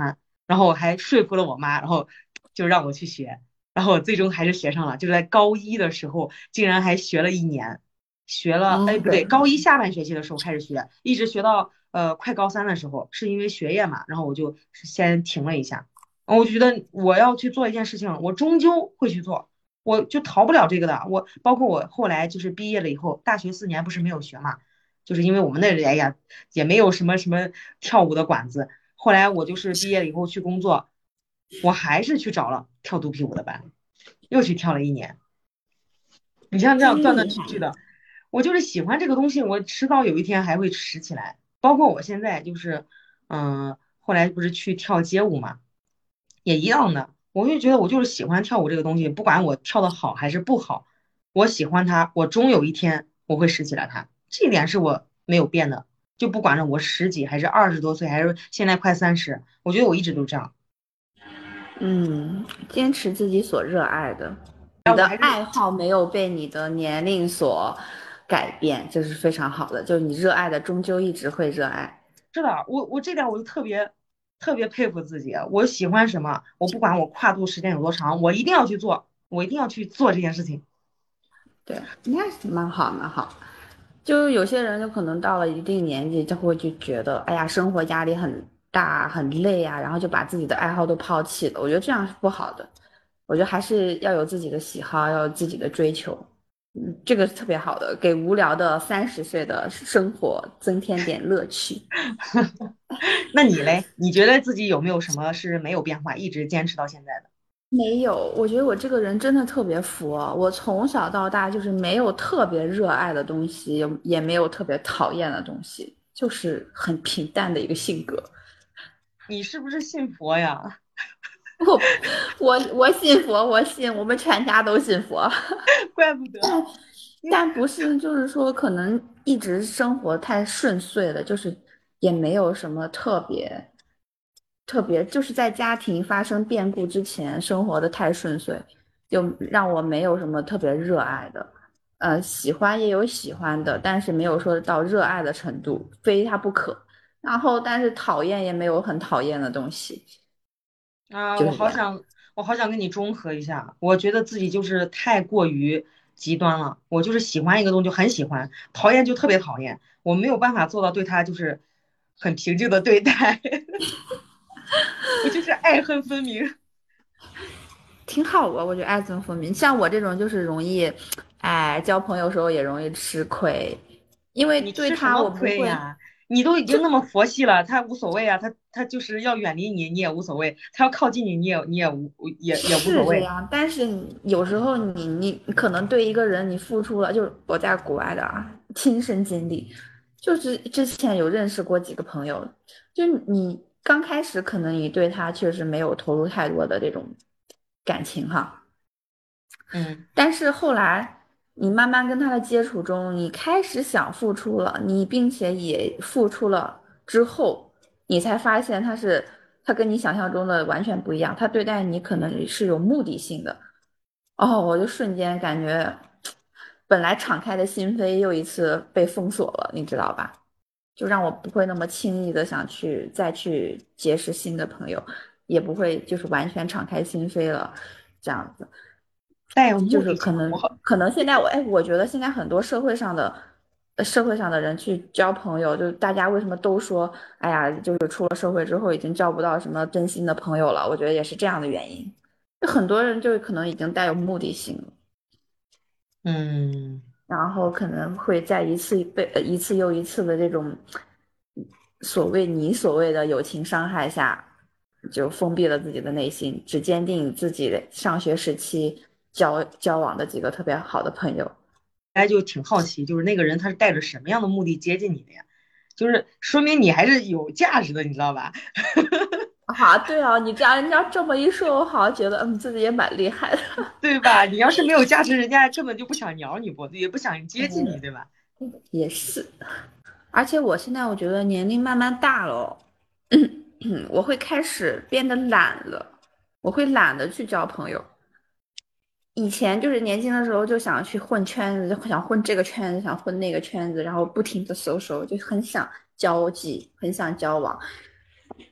然后我还说服了我妈，然后就让我去学，然后我最终还是学上了，就是在高一的时候竟然还学了一年，学了，哎， 嗯， 不对， 对， 高一下半学期的时候开始学，一直学到呃快高三的时候，是因为学业嘛，然后我就先停了一下，然后我就觉得我要去做一件事情，我终究会去做。我就逃不了这个的。我包括我后来就是毕业了以后，大学四年不是没有学嘛，就是因为我们那里哎呀也没有什么什么跳舞的馆子。后来我就是毕业了以后去工作，我还是去找了跳肚皮舞的班，又去跳了一年。你像这样断断真厉害。 续续的，我就是喜欢这个东西，我迟早有一天还会拾起来。包括我现在就是，嗯、后来不是去跳街舞嘛，也一样的。我就觉得我就是喜欢跳舞这个东西，不管我跳的好还是不好，我喜欢它，我终有一天我会拾起来它。这一点是我没有变的，就不管是我十几还是二十多岁，还是现在快三十，我觉得我一直都这样。 嗯，坚持自己所热爱的，你哎，我的还是爱好没有被你的年龄所改变，这是非常好的。就是你热爱的，终究一直会热爱。 是的，我我这点我就特别特别佩服自己。我喜欢什么，我不管我跨度时间有多长，我一定要去做，我一定要去做这件事情。 对，那是蛮好，蛮好。就有些人就可能到了一定年纪，就会就觉得，哎呀，生活压力很大，很累啊，然后就把自己的爱好都抛弃了。我觉得这样是不好的。我觉得还是要有自己的喜好，要有自己的追求。嗯，这个是特别好的，给无聊的三十岁的生活增添点乐趣。 那你嘞？你觉得自己有没有什么是没有变化，一直坚持到现在的？ 没有，我觉得我这个人真的特别佛。我从小到大就是没有特别热爱的东西，也也没有特别讨厌的东西，就是很平淡的一个性格。 你是不是信佛呀？ 我我我信佛，我信，我们全家都信佛。 怪不得。 但不是，就是说，可能一直生活太顺遂了，就是也没有什么特别特别，就是在家庭发生变故之前，生活的太顺遂，就让我没有什么特别热爱的。呃，喜欢也有喜欢的，但是没有说到热爱的程度，非它不可。然后，但是讨厌也没有很讨厌的东西， 啊，我就是这样。 好想，我好想跟你中和一下。我觉得自己就是太过于极端了。我就是喜欢一个东西就很喜欢，讨厌就特别讨厌。我没有办法做到对他就是很平静的对待，我就是爱恨分明。 挺好的，我觉得爱憎分明。像我这种就是容易，哎，交朋友时候也容易吃亏，因为你对他吃什么我不会， 亏呀？你都已经那么佛系了，他无所谓啊，他他就是要远离你，你也无所谓；他要靠近你，你也你也无也也无所谓。 是这样。但是你有时候你你你可能对一个人你付出了，就是我在国外的啊，亲身经历，就是之前有认识过几个朋友，就是你刚开始可能你对他确实没有投入太多的这种感情哈。 嗯。 但是后来，你慢慢跟他的接触中，你开始想付出了，你并且也付出了之后，你才发现他是他跟你想象中的完全不一样，他对待你可能是有目的性的。哦，我就瞬间感觉，本来敞开的心扉又一次被封锁了，你知道吧？就让我不会那么轻易的想去再去结识新的朋友，也不会就是完全敞开心扉了，这样子。 带有就目的性， 是可能我好。 可能现在我哎，我觉得现在很多社会上的呃社会上的人去交朋友，就大家为什么都说，哎呀，就是出了社会之后已经交不到什么真心的朋友了，我觉得也是这样的原因。就很多人就可能已经带有目的性了， 嗯。 然后可能会在一次被呃一次又一次的这种所谓你所谓的友情伤害下，就封闭了自己的内心，只坚定自己上学时期交交往的几个特别好的朋友。 大家就挺好奇，就是那个人他是带着什么样的目的接近你的呀？就是说明你还是有价值的，你知道吧？ 啊，对啊，你这样人家这么一说，我好像觉得嗯自己也蛮厉害的。 对吧？你要是没有价值，人家根本就不想鸟你不，也不想接近你， 嗯， 对吧？ 也是，而且我现在我觉得年龄慢慢大了哦，我会开始变得懒了，我会懒得去交朋友。以前就是年轻的时候就想去混圈子，就想混这个圈子，想混那个圈子，然后不停的搜索，就很想交际，很想交往。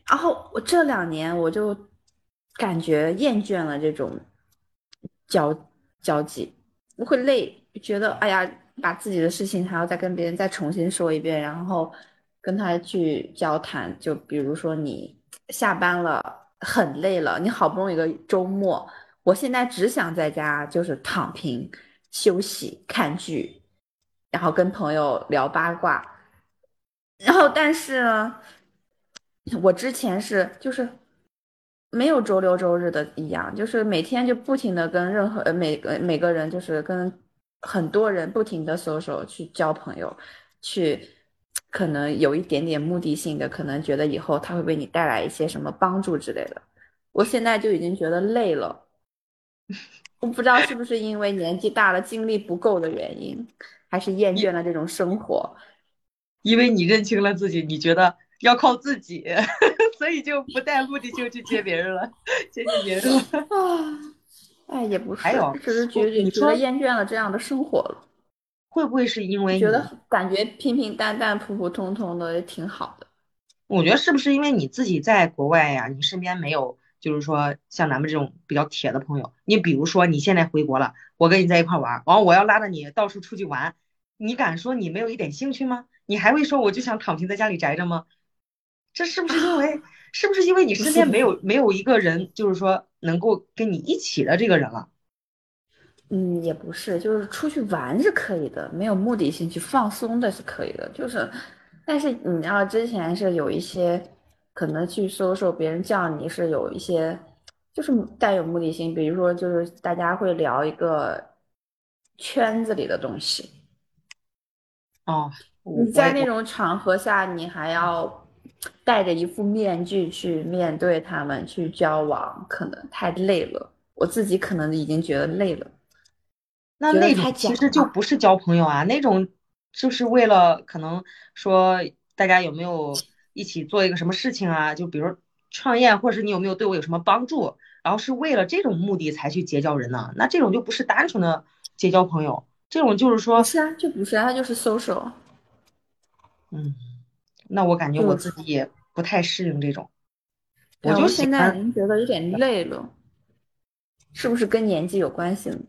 然后我这两年我就感觉厌倦了这种交交际，我会累，觉得哎呀，把自己的事情还要再跟别人再重新说一遍，然后跟他去交谈。就比如说你下班了，很累了，你好不容易一个周末，我现在只想在家就是躺平休息看剧，然后跟朋友聊八卦。然后但是呢，我之前是就是没有周六周日的一样，就是每天就不停的跟任何呃每个每个人，就是跟很多人不停的搜索去交朋友，去可能有一点点目的性的，可能觉得以后他会为你带来一些什么帮助之类的。我现在就已经觉得累了，我不知道是不是因为年纪大了，精力不够的原因，还是厌倦因了这种生活。 因为你认清了自己，你觉得要靠自己，所以就不带目的性去接别人了，接近别人了。 啊，哎，也不是， 还有， 只是我觉得觉得你说厌倦了这样的生活了。 会不会是因为觉得你？ 感觉平平淡淡、普普通通的也挺好的。 我觉得是不是因为你自己在国外呀，你身边没有，就是说像咱们这种比较铁的朋友。你比如说你现在回国了，我跟你在一块玩，完我要拉着你到处出去玩，你敢说你没有一点兴趣吗？你还会说我就想躺平在家里宅着吗？这是不是因为是不是因为你不身边没是不是， 有没有一个人，就是说能够跟你一起的这个人了？ 嗯，也不是，就是出去玩是可以的，没有目的性去放松的是可以的，就是，但是你要之前是有一些可能去搜搜别人叫你是有一些就是带有目的性，比如说就是大家会聊一个圈子里的东西， 哦，我你我也我在那种场合下，你还要戴着一副面具去面对他们，去交往，可能太累了。我自己可能已经觉得累了， 那那种觉得太假其实就了。 不是交朋友啊，那种就是为了可能说大家有没有一起做一个什么事情啊，就比如创业，或者是你有没有对我有什么帮助，然后是为了这种目的才去结交人呢？那这种就不是单纯的结交朋友，这种就是说， 不是啊，就不是啊，它就是 social， 嗯，那我感觉我就自己也不太适应这种，我对啊， 就我现在已喜欢， 经觉得有点累了，是不是跟年纪有关系呢？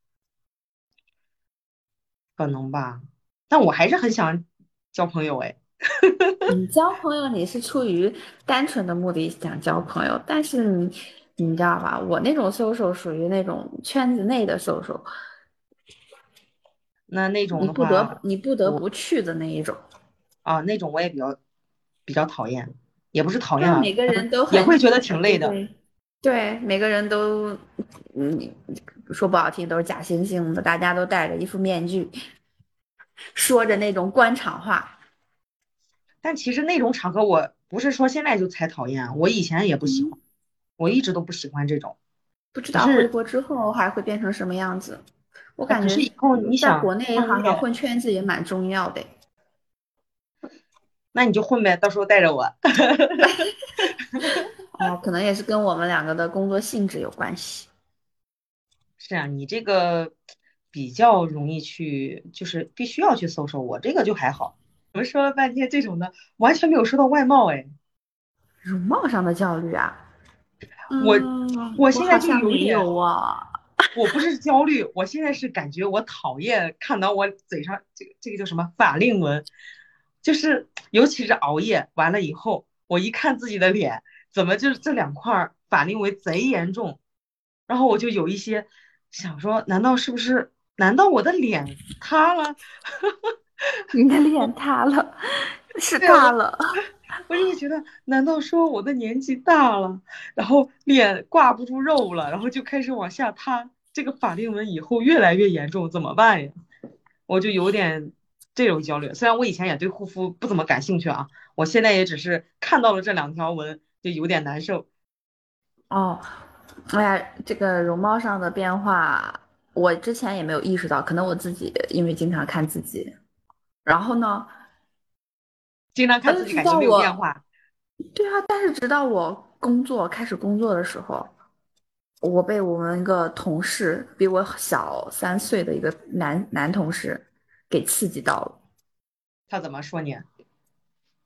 可能吧，但我还是很想交朋友哎。 你交朋友，你是出于单纯的目的想交朋友，但是你你知道吧，我那种 social 属于那种圈子内的 social， 那那种你不得的话， 你不得我不去的那一种。 啊那种我也比较比较讨厌，也不是讨厌对啊， 吧， 每个人都很也会觉得呃挺累的。 都会，对，每个人都，嗯，说不好听都是假惺惺的，大家都戴着一副面具，说着那种官场话。 但其实那种场合，我不是说现在就才讨厌，我以前也不喜欢， 嗯， 我一直都不喜欢这种。 不知道回可是， 国之后还会变成什么样子。我哎， 感觉可是以后嗯在你想国内好像创业， 混圈子也蛮重要的。 那你就混呗，到时候带着我。 哎呀，可能也是跟我们两个的工作性质有关系。 是啊，你这个比较容易去，就是必须要去搜索，我这个就还好。我们说了半天这种的，完全没有说到外貌，哎， 容貌上的焦虑啊， 我嗯，我好我现在就像没有一点。 有啊。 我不是焦虑，我现在是感觉我讨厌看到我嘴上这个这个叫什么法令纹，就是尤其是熬夜完了以后，我一看自己的脸，怎么就是这两块儿法令纹贼严重，然后我就有一些想说，难道是不是？难道我的脸塌了？ 你的脸塌了，是对，我塌了。 我就是觉得，难道说我的年纪大了，然后脸挂不住肉了，然后就开始往下塌，这个法令纹以后越来越严重，怎么办呀？我就有点这种焦虑。虽然我以前也对护肤不怎么感兴趣啊，我现在也只是看到了这两条纹就有点难受。 哦，哎呀，这个容貌上的变化，我之前也没有意识到，可能我自己因为经常看自己，然后呢， 经常看但是直自己感觉没有变到我， 化， 对啊，但是直到我工作开始工作的时候，我被我们一个同事，比我小三岁的一个男男同事给刺激到了。 他怎么说你？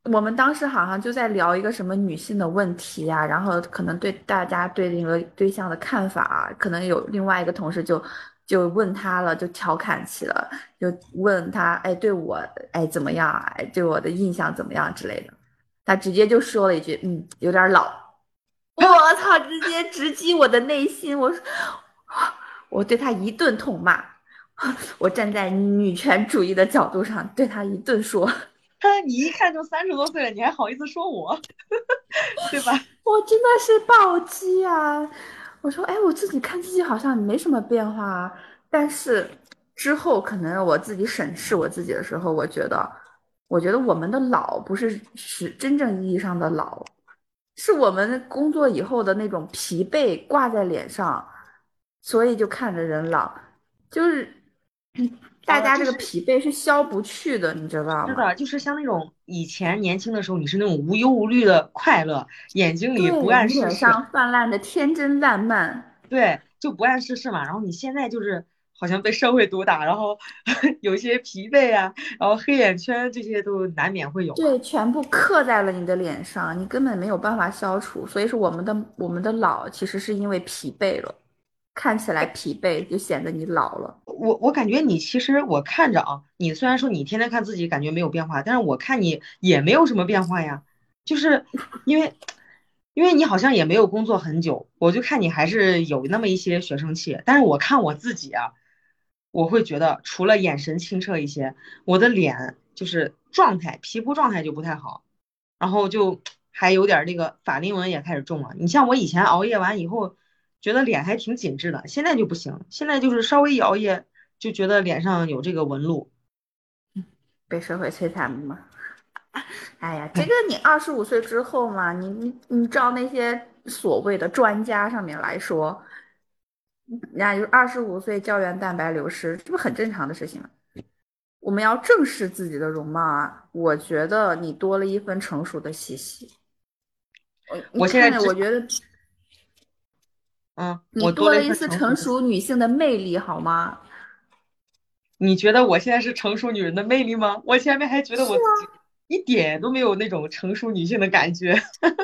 我们当时好像就在聊一个什么女性的问题呀、然后可能对大家对那个对象的看法啊，可能有另外一个同事就就问他了，就调侃起了，就问他，哎，对我，哎怎么样啊？哎，对我的印象怎么样之类的。他直接就说了一句，嗯，有点老。我操，直接直击我的内心，我我对他一顿痛骂，我站在女权主义的角度上对他一顿说。 你一看就三十多岁了，你还好意思说我，对吧？ 我真的是暴击啊！我说，哎，我自己看自己好像没什么变化啊，但是之后可能我自己审视我自己的时候，我觉得，我觉得我们的老不是是真正意义上的老，是我们工作以后的那种疲惫挂在脸上，所以就看着人老，就是大啊， 家这个就是疲惫是消不去的，你知道吗？ 是的，就是像那种以前年轻的时候，你是那种无忧无虑的快乐，眼睛里不对， 谙你脸世事， 上泛滥的天真烂漫。 对，就不谙世事嘛。然后你现在就是好像被社会毒打，然后有一些疲惫啊，然后黑眼圈这些都难免会有嘛。 对，全部刻在了你的脸上，你根本没有办法消除。所以说，我们的我们的老其实是因为疲惫了，看起来疲惫就显得你老了。 我我感觉你其实我看着啊，你虽然说你天天看自己感觉没有变化，但是我看你也没有什么变化呀，就是因为因为你好像也没有工作很久，我就看你还是有那么一些学生气，但是我看我自己啊，我会觉得除了眼神清澈一些，我的脸就是状态皮肤状态就不太好，然后就还有点儿那个法令纹也开始重了。你像我以前熬夜完以后，觉得脸还挺紧致的，现在就不行，现在就是稍微一熬夜就觉得脸上有这个纹路。 被社会摧残了吗？哎呀，这个哎， 你二十五岁之后嘛，你你你照那些所谓的专家上面来说，人家就是二十五岁胶原蛋白流失，这不很正常的事情吗？我们要正视自己的容貌啊！我觉得你多了一分成熟的气息。我你看着， 我现在只我觉得嗯， 你我多了一份多了一丝成熟的。 成熟女性的魅力，好吗？ 你觉得我现在是成熟女人的魅力吗？我前面还觉得是啊， 我自己一点都没有那种成熟女性的感觉。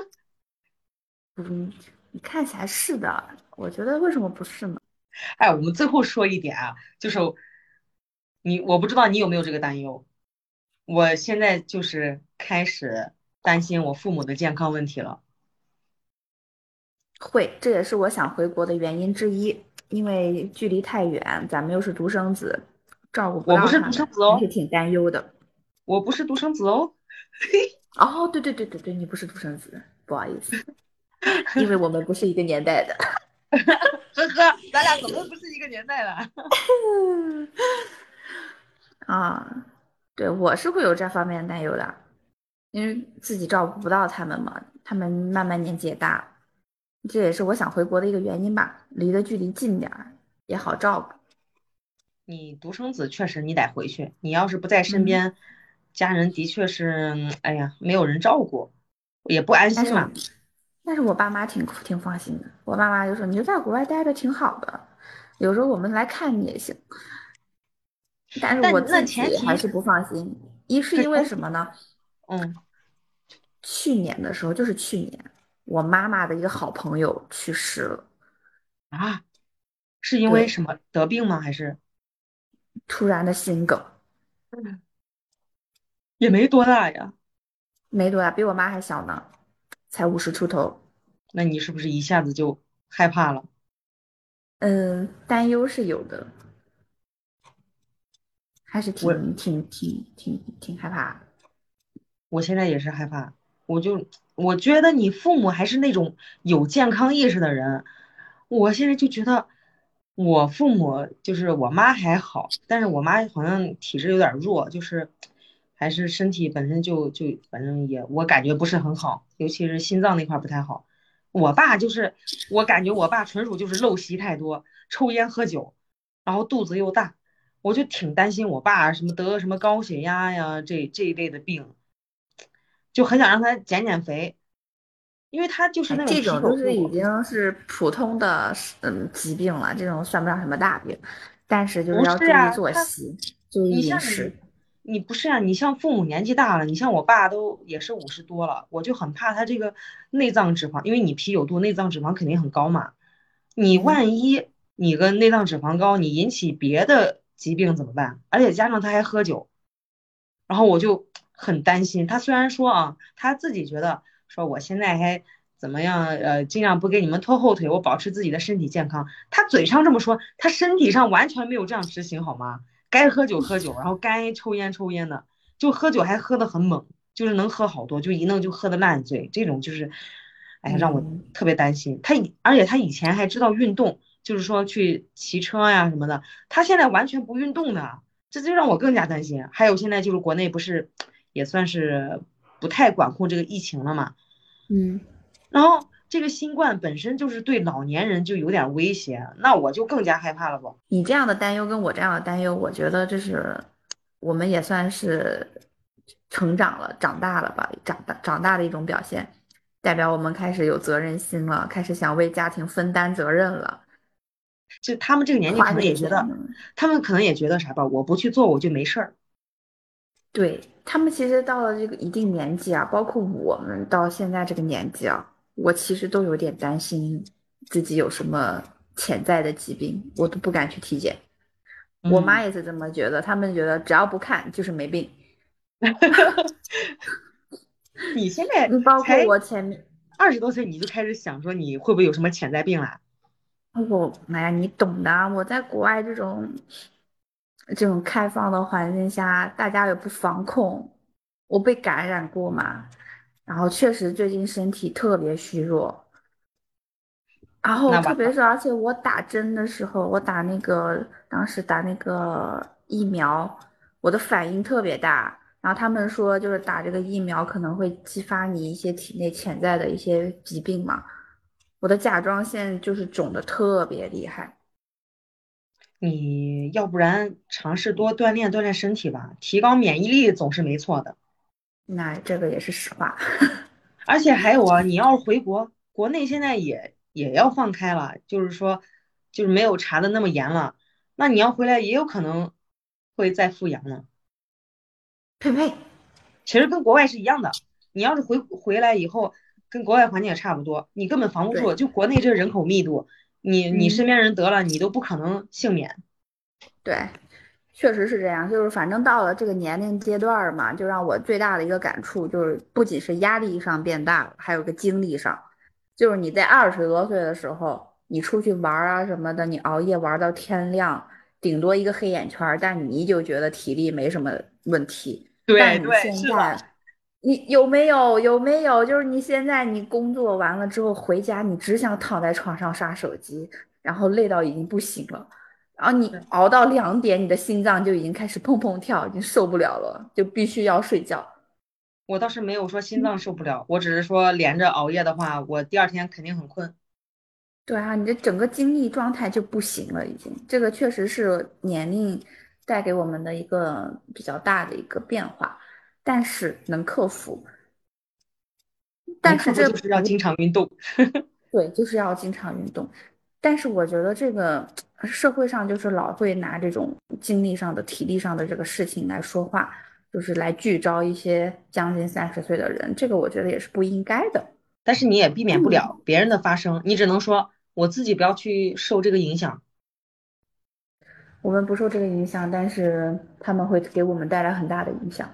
嗯，你看起来是的，我觉得为什么不是呢？ 哎，我们最后说一点啊，就是你，我不知道你有没有这个担忧。我现在就是开始担心我父母的健康问题了。 会，这也是我想回国的原因之一，因为距离太远，咱们又是独生子，照顾不我不是独到他们， 生子哦， 还是挺担忧的。 我不是独生子哦。 哦，对对对对对，你不是独生子，不好意思，因为我们不是一个年代的。 呵呵，咱俩怎么不是一个年代的？ 啊，对，我是会有这方面的担忧的，因为自己照顾不到他们嘛，他们慢慢年纪也大，这也是我想回国的一个原因吧，离得距离近点儿也好照顾。 你独生子确实你得回去，你要是不在身嗯， 边，家人的确是，嗯哎呀，没有人照顾，也不安但是我， 心嘛。 但是我爸妈挺挺放心的，我爸妈就说你就在国外待着挺好的，有时候我们来看你也行。但是我但那自前提， 己还是不放心，一是因为可前提， 什么呢？ 嗯去年的时候，就是去年，我妈妈的一个好朋友去世了， 啊，是因为对， 什么得病吗？还是突然的心梗， 嗯也没多大呀？ 没多大，比我妈还小呢，才五十出头。 那你是不是一下子就害怕了？ 嗯，担忧是有的，还是我挺挺挺挺挺害怕的。 我现在也是害怕，我就我觉得你父母还是那种有健康意识的人，我现在就觉得我父母就是我妈还好，但是我妈好像体质有点弱，就是还是身体本身就就反正也我感觉不是很好，尤其是心脏那块儿不太好。我爸就是我感觉我爸纯属就是陋习太多，抽烟喝酒，然后肚子又大，我就挺担心我爸什么得什么高血压呀这这一类的病。就很想让他减减肥，因为他就是哎， 那种啤这种就是已酒肚。 经是普通的嗯疾病了，这种算不上什么大病，但是就是要注意不是呀，他， 作息，注意你饮食。 像你， 你不是啊，你像父母年纪大了，你像我爸都也是五十多了，我就很怕他这个内脏脂肪，因为你啤酒肚，内脏脂肪肯定很高嘛。你嗯万一你个内脏脂肪高，你引起别的疾病怎么办？而且加上他还喝酒，然后我就很担心。他虽然说啊，他自己觉得说我现在还怎么样，呃，尽量不给你们拖后腿，我保持自己的身体健康。他嘴上这么说，他身体上完全没有这样执行，好吗？该喝酒喝酒，然后该抽烟抽烟的，就喝酒还喝得很猛，就是能喝好多，就一弄就喝得烂醉，这种就是，哎呀，让我嗯。 特别担心。他以而且他以前还知道运动，就是说去骑车呀什么的，他现在完全不运动的。这就让我更加担心。还有现在就是国内不是也算是不太管控这个疫情了嘛， 嗯。 然后这个新冠本身就是对老年人就有点威胁，那我就更加害怕了不？ 你这样的担忧跟我这样的担忧，我觉得这是我们也算是成长了、长大了吧，长大长大的一种表现，代表我们开始有责任心了，开始想为家庭分担责任了， 就他们这个年纪可花这个能也觉得， 钱呢。 他们可能也觉得啥吧，我不去做我就没事儿。 对，他们其实到了这个一定年纪啊，包括我们到现在这个年纪啊，我其实都有点担心自己有什么潜在的疾病，我都不敢去体检。我妈嗯， 也是这么觉得，他们觉得只要不看就是没病。 你现在嗯，包括才我前面， 二十多岁，你就开始想说你会不会有什么潜在病啦？ 我哎呀，你懂的啊，我在国外这种这种开放的环境下，大家也不防控，我被感染过嘛，然后确实最近身体特别虚弱，然后那完了， 特别是而且我打针的时候，我打那个当时打那个疫苗，我的反应特别大，然后他们说就是打这个疫苗可能会激发你一些体内潜在的一些疾病嘛，我的甲状腺就是肿的特别厉害。 你要不然尝试多锻炼锻炼身体吧，提高免疫力总是没错的。 那这个也是实话。 而且还有啊，你要是回国，国内现在也也要放开了，就是说，就是没有查的那么严了。那你要回来，也有可能会再复阳呢。 呸呸， 其实跟国外是一样的，你要是回回来以后，跟国外环境也差不多，你根本防不住。 对， 就国内这人口密度，你你身嗯， 边人得了，你都不可能幸免。 对，确实是这样。就是反正到了这个年龄阶段儿嘛，就让我最大的一个感触就是，不仅是压力上变大了，还有个精力上。就是你在二十多岁的时候，你出去玩儿啊什么的，你熬夜玩到天亮，顶多一个黑眼圈儿，但你依旧觉得体力没什么问题。但你对对，是的。 现在，你有没有有没有？就是你现在你工作完了之后回家，你只想躺在床上刷手机，然后累到已经不行了。然后你熬到两点，你的心脏就已经开始砰砰跳，已经受不了了，就必须要睡觉。 我倒是没有说心脏受不了，我只是说连着熬夜的话，我第二天肯定很困。 对啊，你的整个精力状态就不行了，已经。这个确实是年龄带给我们的一个比较大的一个变化，但是能克服。 能但是克服就是要这不经常运动。 对，就是要经常运动。但是我觉得这个社会上就是老会拿这种精力上的、体力上的这个事情来说话，就是来聚焦一些将近三十岁的人，这个我觉得也是不应该的。 但是你也避免不了嗯， 别人的发生，你只能说我自己不要去受这个影响。 我们不受这个影响，但是他们会给我们带来很大的影响。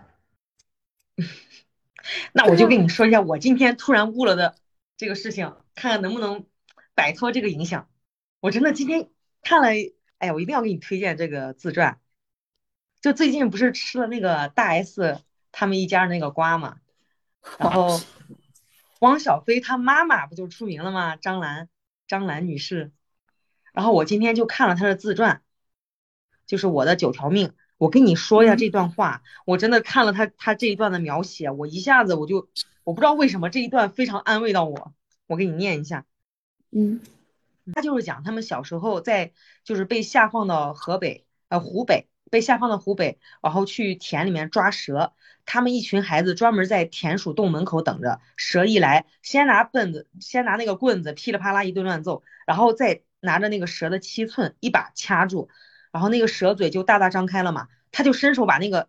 那我就跟你说一下我今天突然悟了的这个事情，看看能不能摆脱这个影响。我真的今天看了，哎呀，我一定要给你推荐这个自传。就最近不是吃了那个大 S 他们一家那个瓜嘛，然后汪小菲他妈妈不就出名了吗？张兰，张兰女士。然后我今天就看了她的自传，就是我的九条命。我跟你说一下这嗯段话，我真的看了他他这一段的描写，我一下子我就我不知道为什么这一段非常安慰到我。我给你念一下， 嗯他就是讲他们小时候在就是被下放到河北呃湖北，被下放到湖北，然后去田里面抓蛇。他们一群孩子专门在田鼠洞门口等着，蛇一来，先拿棍子，先拿那个棍子噼里啪啦一顿乱揍，然后再拿着那个蛇的七寸一把掐住，然后那个蛇嘴就大大张开了嘛，他就伸手把那个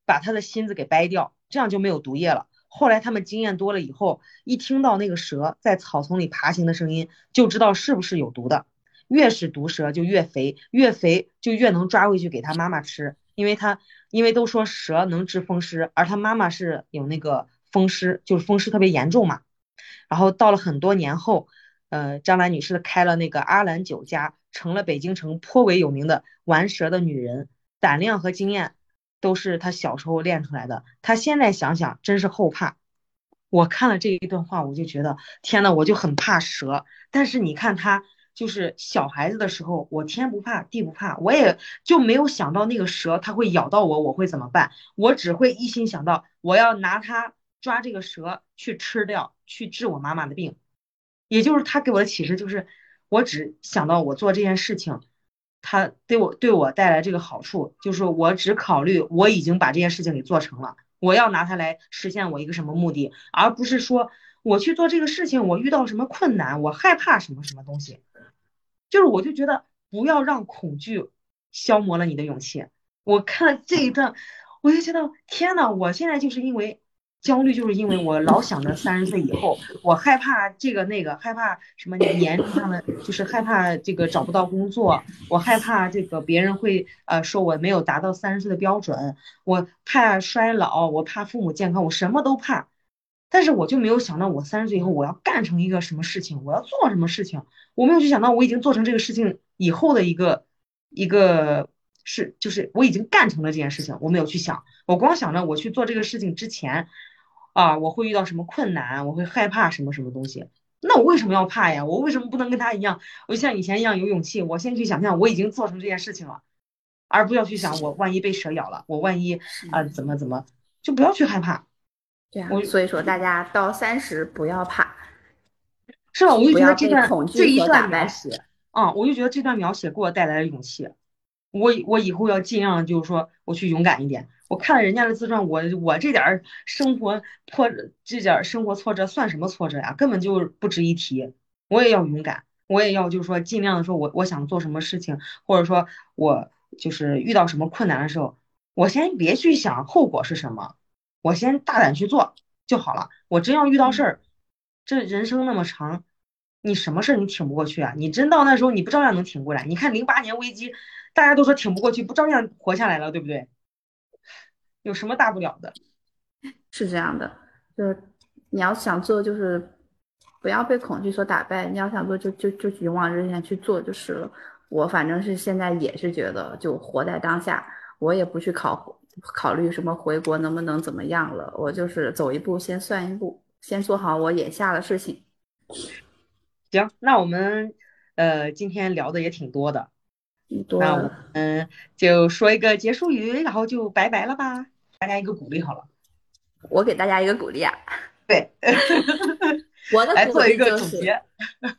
把他的心子给掰掉，这样就没有毒液了。后来他们经验多了以后，一听到那个蛇在草丛里爬行的声音，就知道是不是有毒的。越是毒蛇就越肥，越肥就越能抓回去给他妈妈吃，因为他因为都说蛇能治风湿，而他妈妈是有那个风湿，就是风湿特别严重嘛。然后到了很多年后，呃，张兰女士开了那个阿兰酒家，成了北京城颇为有名的玩蛇的女人，胆量和经验都是她小时候练出来的。她现在想想真是后怕。我看了这一段话，我就觉得天呐，我就很怕蛇。但是你看她就是小孩子的时候，我天不怕地不怕，我也就没有想到那个蛇它会咬到我，我会怎么办？我只会一心想到我要拿它抓这个蛇去吃掉，去治我妈妈的病。也就是他给我的启示就是，我只想到我做这件事情，他对我对我带来这个好处，就是我只考虑我已经把这件事情给做成了，我要拿它来实现我一个什么目的，而不是说我去做这个事情，我遇到什么困难，我害怕什么什么东西。就是我就觉得不要让恐惧消磨了你的勇气。我看了这一段，我就觉得天呐，我现在就是因为焦虑，就是因为我老想着三十岁以后，我害怕这个那个，害怕什么年龄上的，就是害怕这个找不到工作，我害怕这个别人会呃说我没有达到三十岁的标准，我怕衰老，我怕父母健康，我什么都怕。但是我就没有想到，我三十岁以后我要干成一个什么事情，我要做什么事情。我没有去想到我已经做成这个事情以后的一个一个是，就是我已经干成了这件事情，我没有去想，我光想着我去做这个事情之前啊，我会遇到什么困难，我会害怕什么什么东西。那我为什么要怕呀？我为什么不能跟他一样，我就像以前一样有勇气？我先去想象我已经做成这件事情了，而不要去想我万一被蛇咬了，我万一啊、呃怎么怎么，就不要去害怕。 对啊， 我所以说大家到三十不要怕， 是吧？我就不要觉得这被恐惧段这一所打败。 段描写，啊、我就觉得这段描写给我带来了勇气。我以我以后要尽量就是说我去勇敢一点。我看了人家的自传，我我这点儿生活破这点儿生活挫折算什么挫折呀？根本就不值一提。我也要勇敢，我也要就是说尽量的说我我想做什么事情，或者说我就是遇到什么困难的时候，我先别去想后果是什么，我先大胆去做就好了。我真要遇到事嗯， 儿，这人生那么长，你什么事儿你挺不过去啊？你真到那时候你不照样能挺过来？你看零八年危机。大家都说挺不过去，不照样活下来了，对不对？有什么大不了的？ 是这样的，就是你要想做，就是不要被恐惧所打败。你要想做就，就就勇往直前去做就是了。我反正是现在也是觉得，就活在当下，我也不去考考虑什么回国能不能怎么样了，我就是走一步先算一步，先做好我眼下的事情。 行，那我们呃今天聊的也挺多的， 嗯，多那我了， 们就说一个结束语，然后就拜拜了吧，大家一个鼓励好了。 我给大家一个鼓励啊， 对， 我的鼓来做一个励就是总结。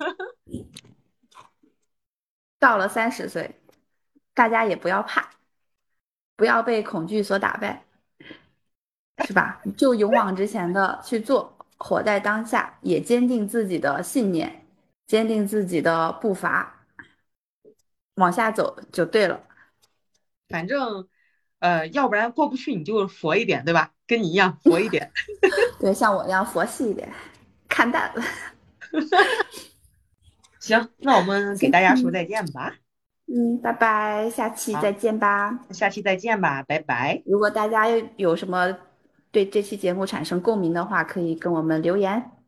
到了三十岁，大家也不要怕，不要被恐惧所打败。是吧？就勇往直前的去做，活在当下，也坚定自己的信念，坚定自己的步伐，往下走就对了。 反正呃，要不然过不去你就佛一点，对吧？跟你一样佛一点。 对，像我这样佛系一点，看淡了。 行，那我们给行， 大家说嗯再见吧。 嗯，拜拜，下期再好， 见吧。 下期再见吧，拜拜。 如果大家有有什么对这期节目产生共鸣的话，可以跟我们留言。